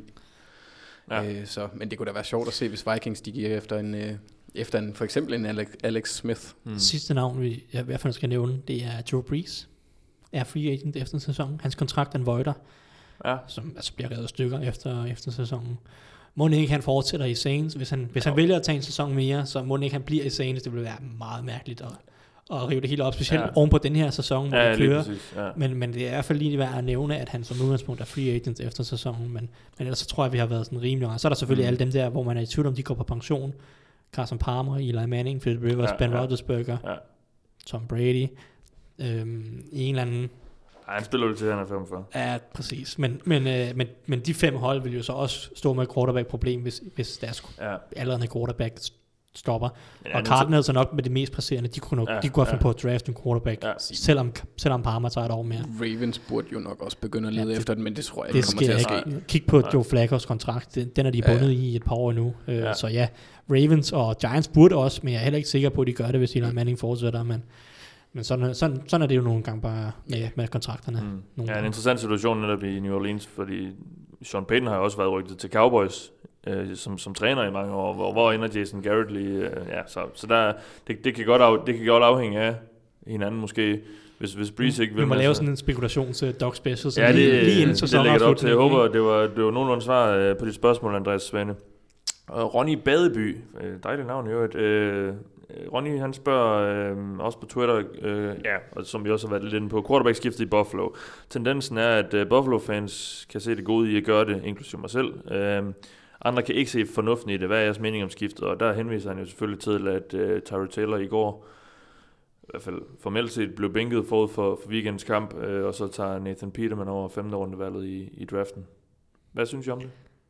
Ja. Øh, så, men det kunne da være sjovt at se, hvis Vikings de gik efter en, øh, efter en for eksempel en Alex, Alex Smith.
Mm. Sidste navn, vi jeg i hvert fald skal nævne, det er Drew Brees, er free agent efter en sæson. Hans kontrakt er en voider, ja. som altså bliver revet stykker efter, efter sæsonen. Må ikke han fortsætter i Saints, hvis han, hvis han vælger at tage en sæson mere, så må ikke han bliver i Saints, det vil være meget mærkeligt at og rive det hele op, specielt ja. oven på den her sæson, hvor ja, det kører. Præcis, ja. men, men det er i hvert fald lige værd at nævne, at han som udgangspunkt er free agent efter sæsonen, men, men ellers så tror jeg, at vi har været sådan rimelig ret. Så er der selvfølgelig mm. alle dem der, hvor man er i tvivl om, de går på pension. Carson Palmer, Eli Manning, Philip Rivers, ja, Ben ja. Roethlisberger, ja. Tom Brady, øhm, en eller anden
Ej, han spiller jo til, han er femogfyrre.
Ja, præcis. Men, men, øh, men, men de fem hold vil jo så også stå med et quarterback-problem, hvis, hvis deres
Ja.
allerede quarterback stopper.
Men
Og
han er
Cardinals er nok med det mest presserende. De kunne, nok,
Ja,
de kunne have
ja.
fundet på at draft en quarterback,
Ja.
selvom, selvom Parma tager et år mere.
Ravens burde jo nok også begynde at lede
Ja, det-
efter den, men det tror jeg
Det
ikke kommer til
sker
at ske.
ikke. Kig på
Nej.
Joe Flacco's kontrakt. Den, den er de
Ja, ja.
bundet i i et par år endnu. Øh,
Ja.
Så ja, Ravens og Giants burde også, men jeg er heller ikke sikker på, at de gør det, hvis Eli Manning fortsætter. Men, men sådan, er- sådan, sådan er det jo nogle gange bare med, med kontrakterne.
Mm.
Nogle
Ja, en
gange.
interessant situation netop i New Orleans, fordi Sean Payton har jo også været rygtet til Cowboys øh, som, som træner i mange år. Hvor, hvor ender Jason Garrett lige? Øh, ja, så så der, det, det, kan godt af, det kan godt afhænge af hinanden måske, hvis, hvis Breeze ikke vil.
Vi må
med
lave
sig.
sådan en spekulations-dog special, så
Ja, det,
lige, lige inden
det
sæsonen
lægger det op til. Jeg
afslutning,
håber, det var, det var nogenlunde svar øh, på dit spørgsmål, Andreas Svane. Og Ronny Badeby, øh, dejligt navn i øvrigt. Øh, Ronny, han spørger øh, også på Twitter, øh, ja, og som vi også har været lidt inde på, quarterback-skiftet i Buffalo. Tendensen er, at øh, Buffalo-fans kan se det gode i at gøre det, inklusive mig selv. Øh, andre kan ikke se fornuften i det. Hvad er jeres mening om skiftet? Og der henviser han jo selvfølgelig til, at øh, Tyrod Taylor i går, i hvert fald formelt set, blev bænket forud for, for weekendens kamp, øh, og så tager Nathan Peterman over femte rundevalget i, i draften. Hvad synes I om det?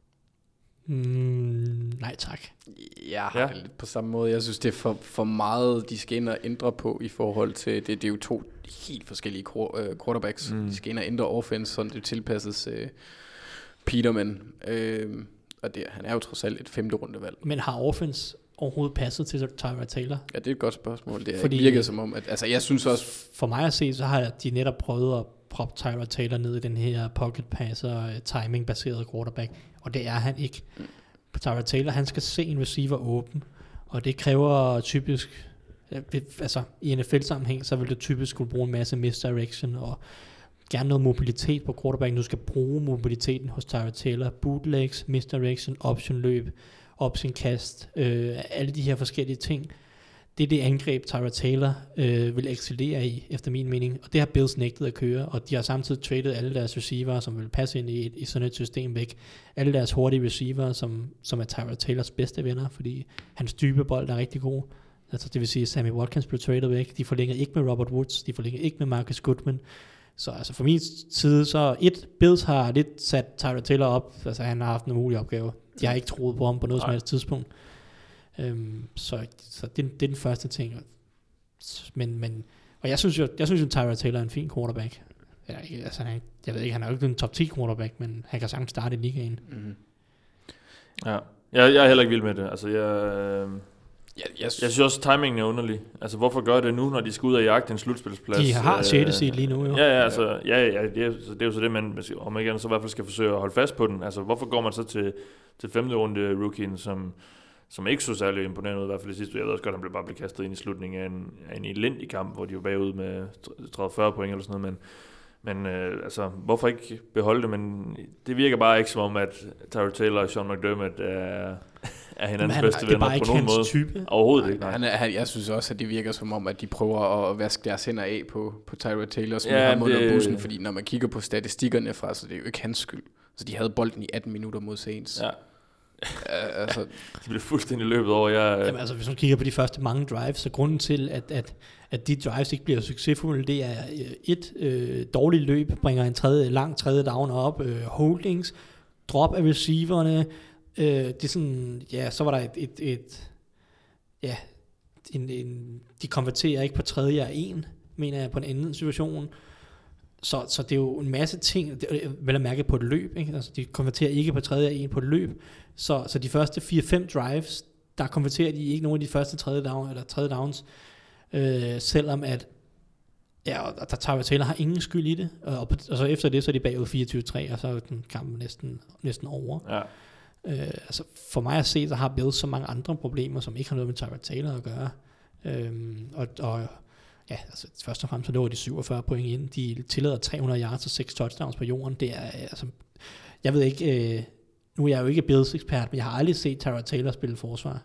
Mm, nej tak.
Jeg har
Ja.
det lidt på samme måde. Jeg synes, det er for, for meget, de skal ind og ændre på i forhold til, det, det er jo to helt forskellige quar- øh, quarterbacks.
Mm.
Mm. De skal ind og ændre offense, sådan det tilpasses øh, Peterman. Øh, og det, han er jo trods alt et femte rundevalg.
Men har offense overhovedet passet til Tyrod Taylor?
Ja, det er et godt spørgsmål. Det
Fordi-
Fordi, virker som om, at altså, jeg synes også,
For mig at se, så har de netop prøvet at proppe Tyrod Taylor ned i den her pocket passer, øh, timing-baseret quarterback, og det er han ikke. Mm. Tyrod Taylor, han skal se en receiver åben, og det kræver typisk, øh, altså i N F L-sammenhæng, så vil det typisk skulle bruge en masse misdirection, og gerne noget mobilitet på quarterbacken. Du skal bruge mobiliteten hos Tyrod Taylor, bootlegs, misdirection, option løb, option kast, øh, alle de her forskellige ting. Det er det angreb, Tyrod Taylor øh, vil excellere i, efter min mening. Og det har Bills nægtet at køre, og de har samtidig traded alle deres receiver, som vil passe ind i, et, i sådan et system væk. Alle deres hurtige receiver, som, som er Tyrod Taylors bedste venner, fordi hans dybe bold er rigtig god. Altså, det vil sige, at Sammy Watkins blev traded væk. De forlænger ikke med Robert Woods, de forlænger ikke med Marcus Goodman. Så altså fra min side, så et, Bills har lidt sat Tyrod Taylor op, altså han har haft en umulig opgave. De har ikke troet på ham på noget som helst tidspunkt. Øhm, så så det, det er den første ting. Men, men, og jeg synes jo, jeg synes jo, Tyrod Taylor er en fin quarterback. Ja, ikke, altså, han, jeg ved ikke, han er jo ikke en top ti quarterback, men han kan sagtens starte i ligaen.
mm,
Ja, jeg, jeg er heller ikke vild med det. Altså, jeg, øh,
jeg, jeg,
jeg synes også, timingen er underlig. Altså, hvorfor gør det nu, når de skal ud og jagte en slutspilsplads?
De har
Øh,
sjette seed lige nu, jo.
Ja, ja, altså, ja, ja, det, er, det er jo så det, man om ikke andet så i hvert fald skal forsøge at holde fast på den. Altså, hvorfor går man så til, til femte runde rookien, som, som ikke så særlig imponerende ud, i hvert fald i sidste. Jeg ved også godt, han blev bare blevet kastet ind i slutningen af en, af en elendig kamp, hvor de var bagud med tredive fyrre point eller sådan noget, men Men øh, altså, hvorfor ikke beholde det? Men det virker bare ikke som om, at Tyrod Taylor og Sean McDermott er, er hinandens
han,
bedste
det er bare
venner
ikke
på nogen
hans
måde.
type.
Overhovedet ikke, nej.
Han er, han, jeg synes også, at det virker som om, at de prøver at vaske deres hænder af på, på Tyrod Taylor, som
Ja,
ja, ham under
det-
bussen, fordi når man kigger på statistikkerne fra, så det er jo ikke hans skyld. Så de havde bolden i atten minutter mod Saints.
Ja,
Uh, altså,
de blev fuldstændig løbet over. Jeg,
Jamen, altså, hvis man kigger på de første mange drives, så grunden til, at, at, at de drives ikke bliver succesfulde, det er øh, et øh, dårligt løb, bringer en tredje, lang tredje down op, øh, holdings, drop af receiverne, øh, det er sådan, ja, så var der et, et, et ja, en, en, de konverterer ikke på tredje og en, mener jeg, på en anden situation. Så, så det er jo en masse ting, det er vel at mærke på et løb, ikke? Altså, de konverterer ikke på tredje og en på et løb, så, så de første fire fem drives, der konverterer de ikke nogen af de første tredje, down, eller tredje downs, øh, selvom at, ja, og der Tyrod Taylor har ingen skyld i det, og, og så efter det, så er de bagud fireogtyve tre, og så er den kamp næsten, næsten over.
ja.
Øh, altså for mig at se, så har Bills så mange andre problemer, som ikke har noget med Tyrod Taylor at gøre. Øhm, og, og ja, altså først og fremmest så lå de syvogfyrre point ind. De tillader tre hundrede yards og seks touchdowns på jorden. Det er altså, jeg ved ikke, øh, nu er jeg jo ikke Bills ekspert, men jeg har aldrig set Tyrod Taylor spille forsvar.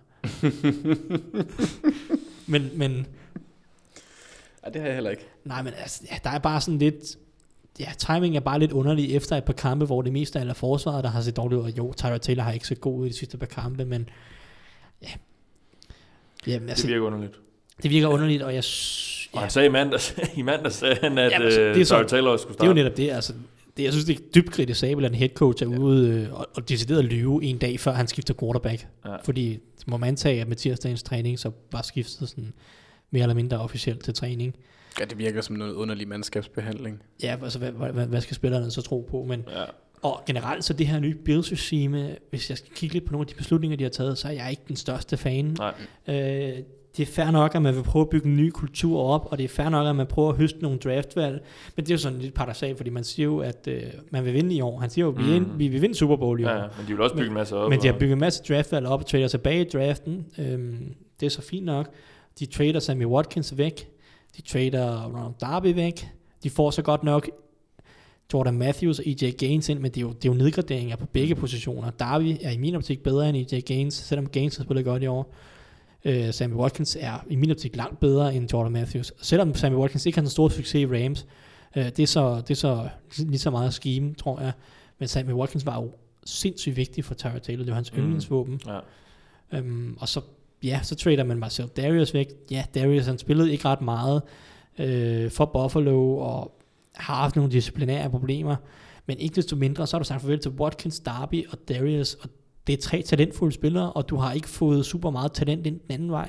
men, men
ja, det har jeg heller ikke.
nej, men altså, ja, der er bare sådan lidt, ja, timing er bare lidt underlig efter et par kampe, hvor det meste af alle forsvaret, der har set dårligt ud. Og jo, Tyrod Taylor har ikke set god ud i de sidste par kampe, men ja, jamen, altså,
Det virker underligt.
det virker underligt, og jeg, sy-
Og han sagde i mandags, i mandags sagde han, at
ja, altså,
uh, Tyrod Taylor skulle starte.
Det er jo netop det, altså. Det, jeg synes, det er dybt kritisabelt, at en head coach er ja. ude øh, og, og decideret lyve en dag, før han skifter quarterback. Ja. Fordi må man antage, at med tirsdagens træning, så var skiftet sådan mere eller mindre officielt til træning.
Ja, det virker som noget underlig mandskabsbehandling.
Ja, altså hvad, hvad, hvad skal spillerne så tro på? Men,
ja.
Og generelt så det her nye Bills-regime, hvis jeg skal kigge lidt på nogle af de beslutninger, de har taget, så er jeg ikke den største fan.
Nej.
Øh, det er fair nok, at man vil prøve at bygge en ny kultur op, og det er fair nok, at man prøver at høste nogle draftvalg, men det er jo sådan lidt paradoksalt, fordi man siger jo, at øh, man vil vinde i år. Han siger jo, at vi, mm. vi vil vinde Super Bowl i år.
Ja, men de vil også bygge en masse op.
Men de har bygget en masse draftvalg op og trader tilbage i draften. Øhm, det er så fint nok. De trader Sammy Watkins væk. De trader Ronald Darby væk. De får så godt nok Jordan Matthews og E J Gaines ind, men det er jo, det er jo nedgraderinger på begge positioner. Darby er i min optik bedre end E J Gaines, selvom Gaines har spillet godt i år. Uh, Sammy Watkins er i min optik langt bedre end Jordan Matthews. Selvom Sammy Watkins ikke har en stor succes i Rams, uh, det, er så, det er så lige så meget scheme, tror jeg. Men Sammy Watkins var jo sindssygt vigtig for Tyrod Taylor. Det var hans mm. yndlingsvåben. Ja. Um, og så, ja, så trader man Marcel Darius væk. Ja, Darius han spillede ikke ret meget uh, for Buffalo, og har haft nogle disciplinære problemer. Men ikke desto mindre, så har du sagt farvel til Watkins, Darby og Darius, og det er tre talentfulde spillere, og du har ikke fået super meget talent ind den anden vej.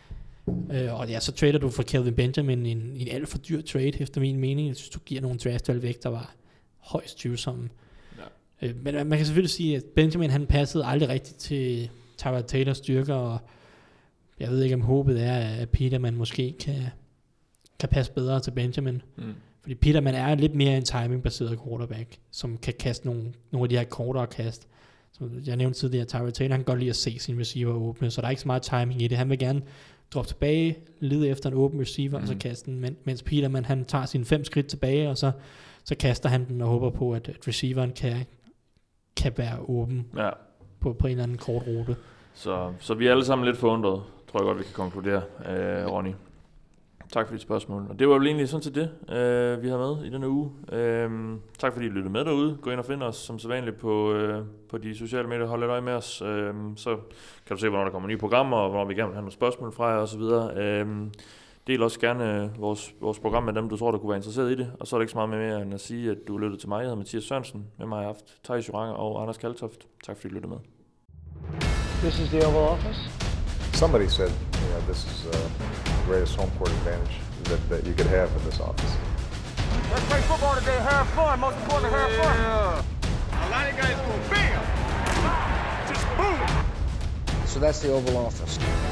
Øh, og ja, så trader du for Kelvin Benjamin en, en alt for dyr trade, efter min mening. Jeg synes, du giver nogle draftvalg væk, der var højst tvivlsomme. Ja. Øh, men man kan selvfølgelig sige, at Benjamin han passede aldrig rigtigt til Tyrod Taylors styrker, og jeg ved ikke, om håbet er, at Peterman måske kan, kan passe bedre til Benjamin. Mm. Fordi Peterman er lidt mere en timing-baseret quarterback, som kan kaste nogle, nogle af de her kortere kast. Som jeg nævnte tidligere, Tyrod Taylor, han kan godt lide at se sin receiver åbne, så der er ikke så meget timing i det. Han vil gerne droppe tilbage, lede efter en åben receiver, mm. og så kaste den, mens Peterman, han tager sine fem skridt tilbage, og så, så kaster han den og håber på, at, at receiveren kan, kan være åben
ja.
på, på en eller anden kort rute.
Så, så vi er alle sammen lidt forundret, tror jeg godt, vi kan konkludere, øh, Ronny. Tak for dit spørgsmål. Og det var jo egentlig sådan til det, øh, vi har med i denne uge. Øh, tak fordi I lyttede med derude. Gå ind og find os som sædvanligt på, øh, på de sociale medier. Hold lidt øje med os. Øh, så kan du se, hvornår der kommer nye programmer, og hvornår vi gerne vil have nogle spørgsmål fra jer osv. Øh, del også gerne vores, vores program med dem, du tror, der kunne være interesseret i det. Og så er det ikke så meget mere end at sige, at du lyttede til mig. Jeg hedder Mathias Sørensen. Med mig har jeg haft Thijs Joranger og Anders Kaltoft. Tak fordi I lyttede med.
This is the Oval Office.
Somebody said, you know, this is uh, the greatest home court advantage that, that you could have in this office.
Let's play football today, have fun. Most important, have fun. Yeah. A lot of guys go bam, just boom.
So that's the Oval Office.